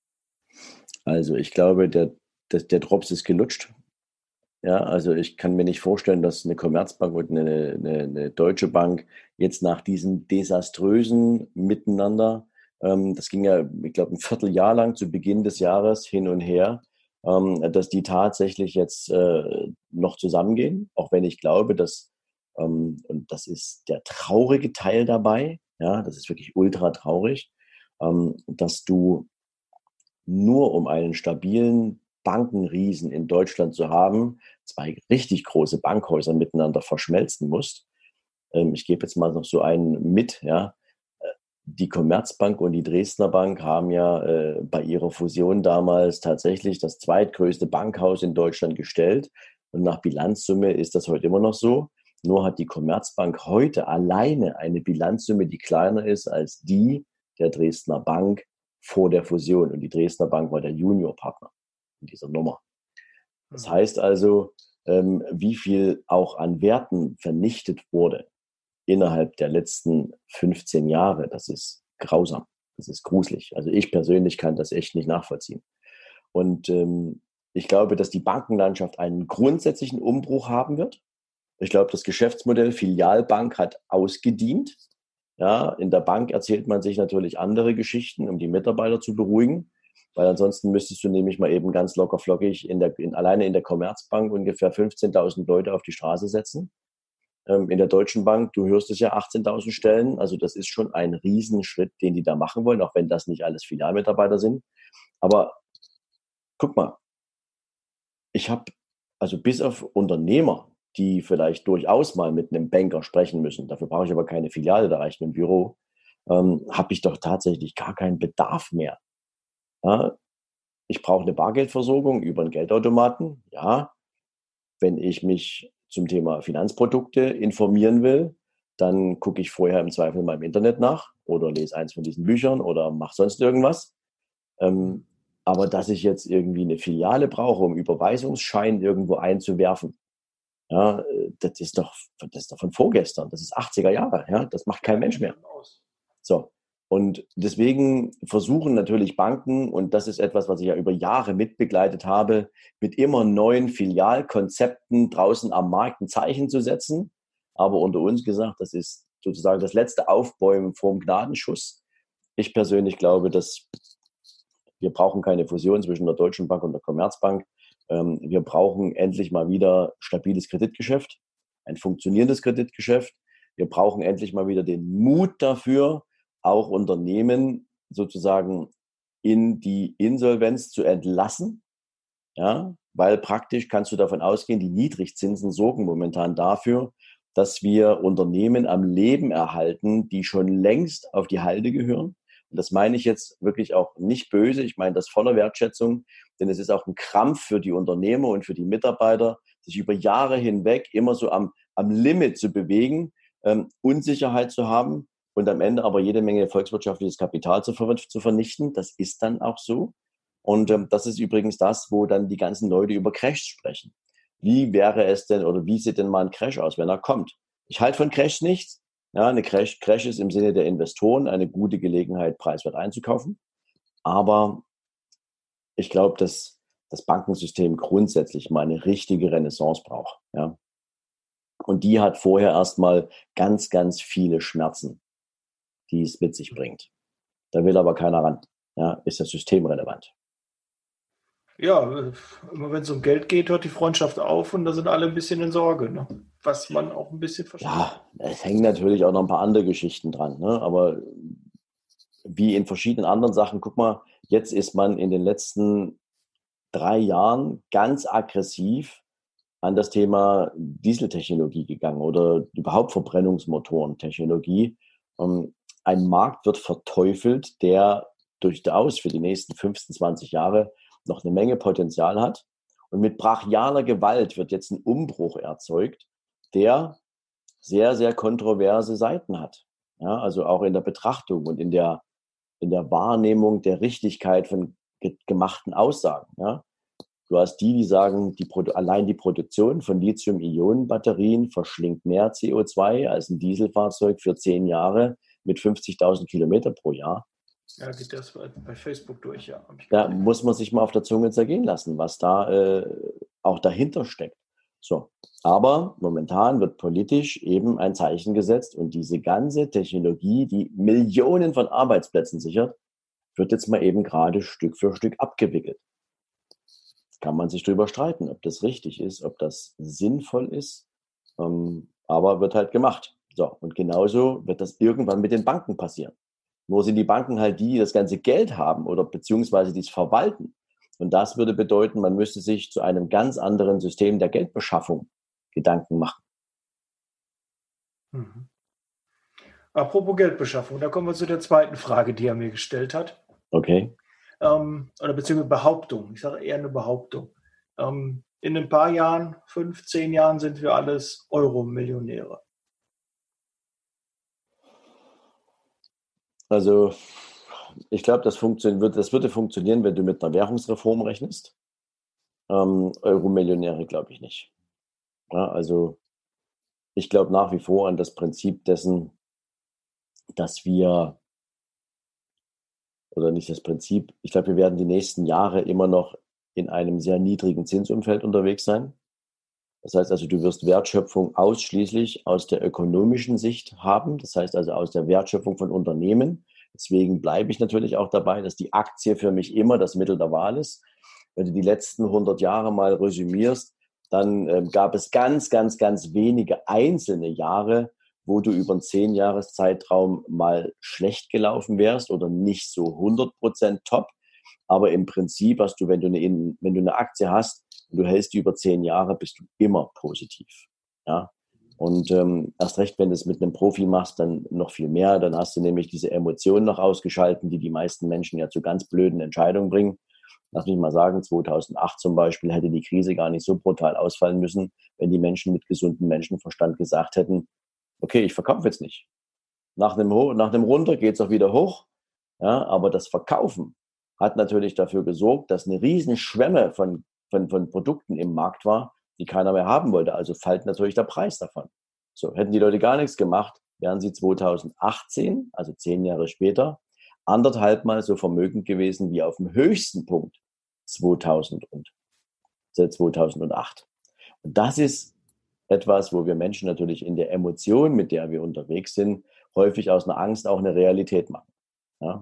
Also ich glaube, der, der, der Drops ist gelutscht. Ja, also ich kann mir nicht vorstellen, dass eine Commerzbank und eine, eine, eine Deutsche Bank jetzt nach diesem desaströsen Miteinander, ähm, das ging ja, ich glaube, ein Vierteljahr lang zu Beginn des Jahres hin und her, ähm, dass die tatsächlich jetzt äh, noch zusammengehen, auch wenn ich glaube, dass, ähm, und das ist der traurige Teil dabei, ja, das ist wirklich ultra traurig, ähm, dass du nur um einen stabilen Bankenriesen in Deutschland zu haben, zwei richtig große Bankhäuser miteinander verschmelzen musst. Ähm, ich gebe jetzt mal noch so einen mit, ja. Die Commerzbank und die Dresdner Bank haben ja äh, bei ihrer Fusion damals tatsächlich das zweitgrößte Bankhaus in Deutschland gestellt. Und nach Bilanzsumme ist das heute immer noch so. Nur hat die Commerzbank heute alleine eine Bilanzsumme, die kleiner ist als die der Dresdner Bank vor der Fusion. Und die Dresdner Bank war der Juniorpartner in dieser Nummer. Das heißt also, ähm, wie viel auch an Werten vernichtet wurde innerhalb der letzten fünfzehn Jahre, das ist grausam, das ist gruselig. Also ich persönlich kann das echt nicht nachvollziehen. Und ähm, ich glaube, dass die Bankenlandschaft einen grundsätzlichen Umbruch haben wird. Ich glaube, das Geschäftsmodell Filialbank hat ausgedient. Ja, in der Bank erzählt man sich natürlich andere Geschichten, um die Mitarbeiter zu beruhigen, weil ansonsten müsstest du nämlich mal eben ganz locker flockig in der, in, alleine in der Commerzbank ungefähr fünfzehntausend Leute auf die Straße setzen. In der Deutschen Bank, du hörst es ja, achtzehntausend Stellen. Also das ist schon ein Riesenschritt, den die da machen wollen, auch wenn das nicht alles Filialmitarbeiter sind. Aber guck mal, ich habe, also bis auf Unternehmer, die vielleicht durchaus mal mit einem Banker sprechen müssen, dafür brauche ich aber keine Filiale, da reicht ein Büro, ähm, habe ich doch tatsächlich gar keinen Bedarf mehr. Ja, ich brauche eine Bargeldversorgung über einen Geldautomaten, ja. Wenn ich mich zum Thema Finanzprodukte informieren will, dann gucke ich vorher im Zweifel mal im Internet nach oder lese eins von diesen Büchern oder mache sonst irgendwas. Ähm, aber dass ich jetzt irgendwie eine Filiale brauche, um Überweisungsschein irgendwo einzuwerfen, ja, das ist doch, das ist doch von vorgestern, das ist achtziger Jahre, ja, das macht kein Mensch mehr. So. Und deswegen versuchen natürlich Banken, und das ist etwas, was ich ja über Jahre mitbegleitet habe, mit immer neuen Filialkonzepten draußen am Markt ein Zeichen zu setzen. Aber unter uns gesagt, das ist sozusagen das letzte Aufbäumen vorm Gnadenschuss. Ich persönlich glaube, dass wir brauchen keine Fusion zwischen der Deutschen Bank und der Commerzbank. Wir brauchen endlich mal wieder stabiles Kreditgeschäft, ein funktionierendes Kreditgeschäft. Wir brauchen endlich mal wieder den Mut dafür, auch Unternehmen sozusagen in die Insolvenz zu entlassen, ja, weil praktisch kannst du davon ausgehen, die Niedrigzinsen sorgen momentan dafür, dass wir Unternehmen am Leben erhalten, die schon längst auf die Halde gehören. Und das meine ich jetzt wirklich auch nicht böse, ich meine das voller Wertschätzung, denn es ist auch ein Krampf für die Unternehmer und für die Mitarbeiter, sich über Jahre hinweg immer so am, am Limit zu bewegen, ähm, Unsicherheit zu haben, und am Ende aber jede Menge volkswirtschaftliches Kapital zu, ver- zu vernichten. Das ist dann auch so. Und ähm, das ist übrigens das, wo dann die ganzen Leute über Crash sprechen. Wie wäre es denn oder wie sieht denn mal ein Crash aus, wenn er kommt? Ich halte von Crash nichts. Ja, eine Crash, Crash ist im Sinne der Investoren eine gute Gelegenheit, preiswert einzukaufen. Aber ich glaube, dass das Bankensystem grundsätzlich mal eine richtige Renaissance braucht. Ja. Und die hat vorher erstmal ganz, ganz viele Schmerzen, die es mit sich bringt. Da will aber keiner ran. Ja, ist das System relevant. Ja, immer wenn es um Geld geht, hört die Freundschaft auf und da sind alle ein bisschen in Sorge, ne? Was man auch ein bisschen versteht. Ja, es hängen natürlich auch noch ein paar andere Geschichten dran, ne? Aber wie in verschiedenen anderen Sachen, guck mal, jetzt ist man in den letzten drei Jahren ganz aggressiv an das Thema Dieseltechnologie gegangen oder überhaupt Verbrennungsmotorentechnologie. Ähm, Ein Markt wird verteufelt, der durchaus für die nächsten fünfzehn, zwanzig Jahre noch eine Menge Potenzial hat. Und mit brachialer Gewalt wird jetzt ein Umbruch erzeugt, der sehr, sehr kontroverse Seiten hat. Ja, also auch in der Betrachtung und in der, in der Wahrnehmung der Richtigkeit von ge- gemachten Aussagen. Ja. Du hast die, die sagen, die Produ- allein die Produktion von Lithium-Ionen-Batterien verschlingt mehr C O zwei als ein Dieselfahrzeug für zehn Jahre mit fünfzigtausend Kilometer pro Jahr. Ja, geht das bei Facebook durch, ja. Hab ich Da gesehen. muss man sich mal auf der Zunge zergehen lassen, was da äh, auch dahinter steckt. So. Aber momentan wird politisch eben ein Zeichen gesetzt und diese ganze Technologie, die Millionen von Arbeitsplätzen sichert, wird jetzt mal eben gerade Stück für Stück abgewickelt. Kann man sich drüber streiten, ob das richtig ist, ob das sinnvoll ist, ähm, aber wird halt gemacht. So, und genauso wird das irgendwann mit den Banken passieren. Nur sind die Banken halt die, die das ganze Geld haben oder beziehungsweise die es verwalten. Und das würde bedeuten, man müsste sich zu einem ganz anderen System der Geldbeschaffung Gedanken machen. Mhm. Apropos Geldbeschaffung, da kommen wir zu der zweiten Frage, die er mir gestellt hat. Okay? Ähm, oder beziehungsweise Behauptung. Ich sage eher eine Behauptung. Ähm, in ein paar Jahren, fünf, zehn Jahren sind wir alles Euro-Millionäre. Also ich glaube, das, funktionieren wird, das würde funktionieren, wenn du mit einer Währungsreform rechnest. Ähm, Euro-Millionäre glaube ich nicht. Ja, also ich glaube nach wie vor an das Prinzip dessen, dass wir, oder nicht das Prinzip, ich glaube, wir werden die nächsten Jahre immer noch in einem sehr niedrigen Zinsumfeld unterwegs sein. Das heißt also, du wirst Wertschöpfung ausschließlich aus der ökonomischen Sicht haben, das heißt also aus der Wertschöpfung von Unternehmen. Deswegen bleibe ich natürlich auch dabei, dass die Aktie für mich immer das Mittel der Wahl ist. Wenn du die letzten hundert Jahre mal resümierst, dann äh, gab es ganz, ganz, ganz wenige einzelne Jahre, wo du über einen zehn-Jahres-Zeitraum mal schlecht gelaufen wärst oder nicht so hundert Prozent top. Aber im Prinzip hast du, wenn du eine, wenn du eine Aktie hast und du hältst die über zehn Jahre, bist du immer positiv. Ja? Und ähm, erst recht, wenn du es mit einem Profi machst, dann noch viel mehr. Dann hast du nämlich diese Emotionen noch ausgeschalten, die die meisten Menschen ja zu ganz blöden Entscheidungen bringen. Lass mich mal sagen, zweitausendacht zum Beispiel hätte die Krise gar nicht so brutal ausfallen müssen, wenn die Menschen mit gesundem Menschenverstand gesagt hätten, okay, ich verkaufe jetzt nicht. Nach dem, Ho- nach dem Runter geht es auch wieder hoch. Ja, aber das Verkaufen hat natürlich dafür gesorgt, dass eine riesen Schwemme von, von, von Produkten im Markt war, die keiner mehr haben wollte. Also fällt natürlich der Preis davon. So, hätten die Leute gar nichts gemacht, wären sie zweitausendachtzehn, also zehn Jahre später, anderthalb Mal so vermögend gewesen wie auf dem höchsten Punkt zweitausend und, zweitausendacht. Und das ist etwas, wo wir Menschen natürlich in der Emotion, mit der wir unterwegs sind, häufig aus einer Angst auch eine Realität machen. Ja?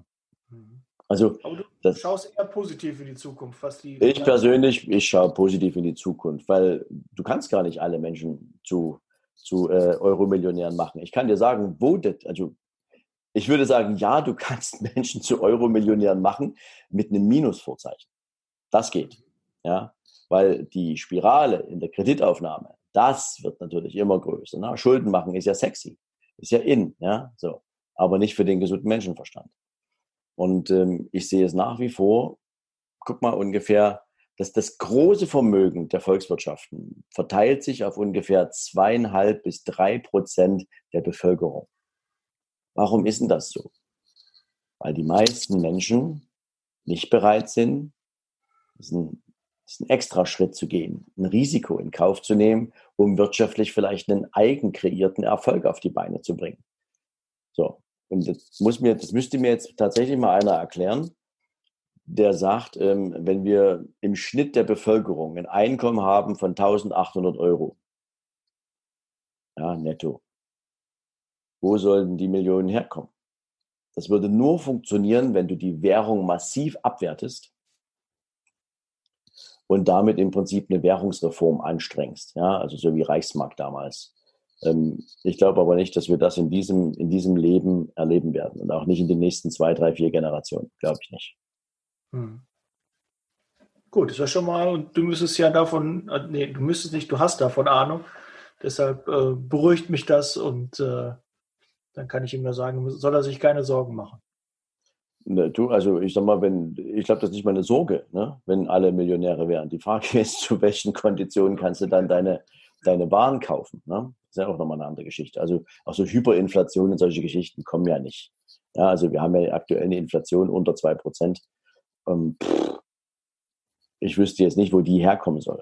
Also Aber du das, schaust eher positiv in die Zukunft, was die. ich persönlich, ich schaue positiv in die Zukunft, weil du kannst gar nicht alle Menschen zu, zu äh, Euro-Millionären machen. Ich kann dir sagen, wo das, also ich würde sagen, ja, du kannst Menschen zu Euro-Millionären machen mit einem Minusvorzeichen. Das geht, ja, weil die Spirale in der Kreditaufnahme, das wird natürlich immer größer. Ne? Schulden machen ist ja sexy, ist ja in, ja, so, aber nicht für den gesunden Menschenverstand. Und ähm, ich sehe es nach wie vor, guck mal ungefähr, dass das große Vermögen der Volkswirtschaften verteilt sich auf ungefähr zweieinhalb bis drei Prozent der Bevölkerung. Warum ist denn das so? Weil die meisten Menschen nicht bereit sind, diesen, diesen Extraschritt zu gehen, ein Risiko in Kauf zu nehmen, um wirtschaftlich vielleicht einen eigen kreierten Erfolg auf die Beine zu bringen. So. Und das muss mir, das müsste mir jetzt tatsächlich mal einer erklären, der sagt, ähm, wenn wir im Schnitt der Bevölkerung ein Einkommen haben von eintausendachthundert Euro, ja, netto, wo sollten die Millionen herkommen? Das würde nur funktionieren, wenn du die Währung massiv abwertest und damit im Prinzip eine Währungsreform anstrengst. Ja, also so wie Reichsmark damals. Ähm, ich glaube aber nicht, dass wir das in diesem, in diesem Leben erleben werden und auch nicht in den nächsten zwei, drei, vier Generationen. Glaube ich nicht. Hm. Gut, ist ja schon mal, und du müsstest ja davon, äh, nee, du müsstest nicht, du hast davon Ahnung. Deshalb äh, beruhigt mich das und äh, dann kann ich ihm nur sagen, soll er sich keine Sorgen machen. Ne, du, also ich sag mal, wenn, ich glaube, das ist nicht mal eine Sorge, ne? Wenn alle Millionäre wären. Die Frage ist, zu welchen Konditionen kannst du dann deine, deine Waren kaufen, ne? Das ist ja auch nochmal eine andere Geschichte. Also auch so Hyperinflation und solche Geschichten kommen ja nicht. Ja, also wir haben ja aktuell eine Inflation unter zwei Prozent. Ähm, pff, ich wüsste jetzt nicht, wo die herkommen soll.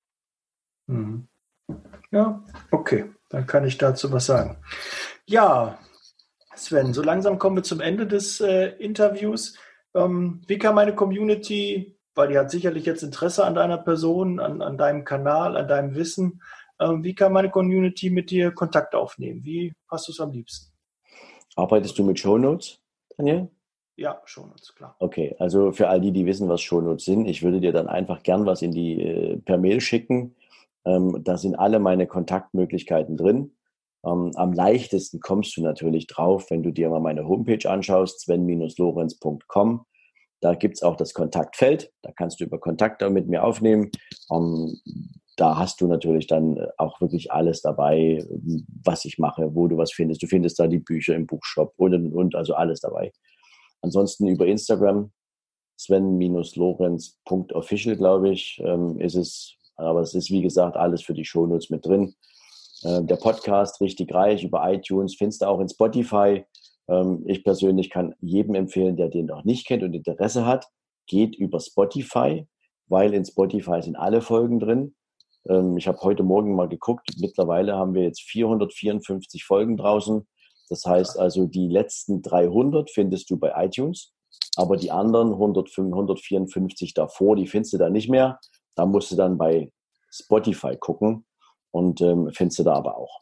Mhm. Ja, okay, dann kann ich dazu was sagen. Ja, Sven, so langsam kommen wir zum Ende des äh, Interviews. Ähm, wie kann meine Community, weil die hat sicherlich jetzt Interesse an deiner Person, an, an deinem Kanal, an deinem Wissen, ähm, wie kann meine Community mit dir Kontakt aufnehmen? Wie hast du es am liebsten? Arbeitest du mit Shownotes, Daniel? Ja, Shownotes, klar. Okay, also für all die, die wissen, was Shownotes sind, ich würde dir dann einfach gern was in die äh, per Mail schicken. Ähm, da sind alle meine Kontaktmöglichkeiten drin. Ähm, am leichtesten kommst du natürlich drauf, wenn du dir mal meine Homepage anschaust, sven Bindestrich lorenz Punkt com. Da gibt's auch das Kontaktfeld. Da kannst du über Kontakte mit mir aufnehmen. Ähm, da hast du natürlich dann auch wirklich alles dabei, was ich mache, wo du was findest. Du findest da die Bücher im Buchshop und, und, und, also alles dabei. Ansonsten über Instagram, sven Bindestrich lorenz Punkt official, glaube ich, ähm, ist es. Aber es ist, wie gesagt, alles für die Shownotes mit drin. Äh, der Podcast Richtig Reich über iTunes findest du auch in Spotify. Ähm, ich persönlich kann jedem empfehlen, der den noch nicht kennt und Interesse hat, geht über Spotify, weil in Spotify sind alle Folgen drin. Ähm, ich habe heute Morgen mal geguckt. Mittlerweile haben wir jetzt vierhundertvierundfünfzig Folgen draußen. Das heißt also, die letzten dreihundert findest du bei iTunes, aber die anderen hundertvierundfünfzig davor, die findest du da nicht mehr. Da musst du dann bei Spotify gucken und ähm, findest du da aber auch.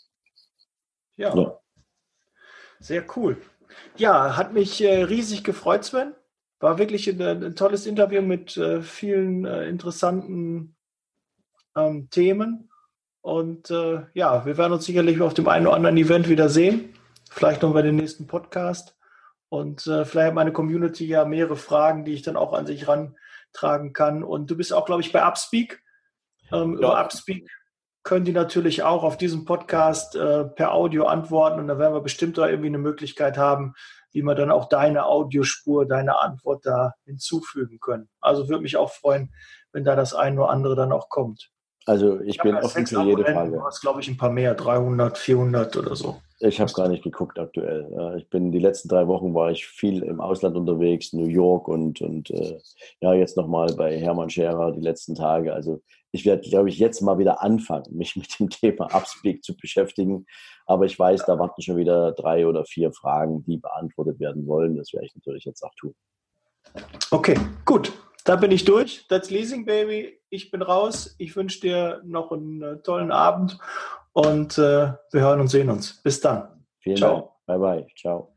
Ja, ja. Sehr cool. Ja, hat mich äh, riesig gefreut, Sven. War wirklich ein, ein tolles Interview mit äh, vielen äh, interessanten ähm, Themen. Und äh, ja, wir werden uns sicherlich auf dem einen oder anderen Event wieder sehen. Vielleicht noch bei dem nächsten Podcast. Und äh, vielleicht hat meine Community ja mehrere Fragen, die ich dann auch an sich rantragen kann. Und du bist auch, glaube ich, bei Upspeak. Ähm, ja. Über Upspeak können die natürlich auch auf diesem Podcast äh, per Audio antworten. Und da werden wir bestimmt da irgendwie eine Möglichkeit haben, wie wir dann auch deine Audiospur, deine Antwort da hinzufügen können. Also würde mich auch freuen, wenn da das eine oder andere dann auch kommt. Also ich, ich bin offen für jede Frage. Du hast, glaube ich, ein paar mehr, dreihundert, vierhundert oder so. Ich habe gar nicht geguckt aktuell. Ich bin die letzten drei Wochen war ich viel im Ausland unterwegs, New York und, und äh, ja, jetzt nochmal bei Hermann Scherer die letzten Tage. Also ich werde, glaube ich, jetzt mal wieder anfangen, mich mit dem Thema Upspeak zu beschäftigen. Aber ich weiß, da warten schon wieder drei oder vier Fragen, die beantwortet werden wollen. Das werde ich natürlich jetzt auch tun. Okay, gut. Da bin ich durch. That's Leasing Baby. Ich bin raus. Ich wünsche dir noch einen äh, tollen Abend und äh, wir hören und sehen uns. Bis dann. Vielen Ciao. Dank. Bye bye. Ciao.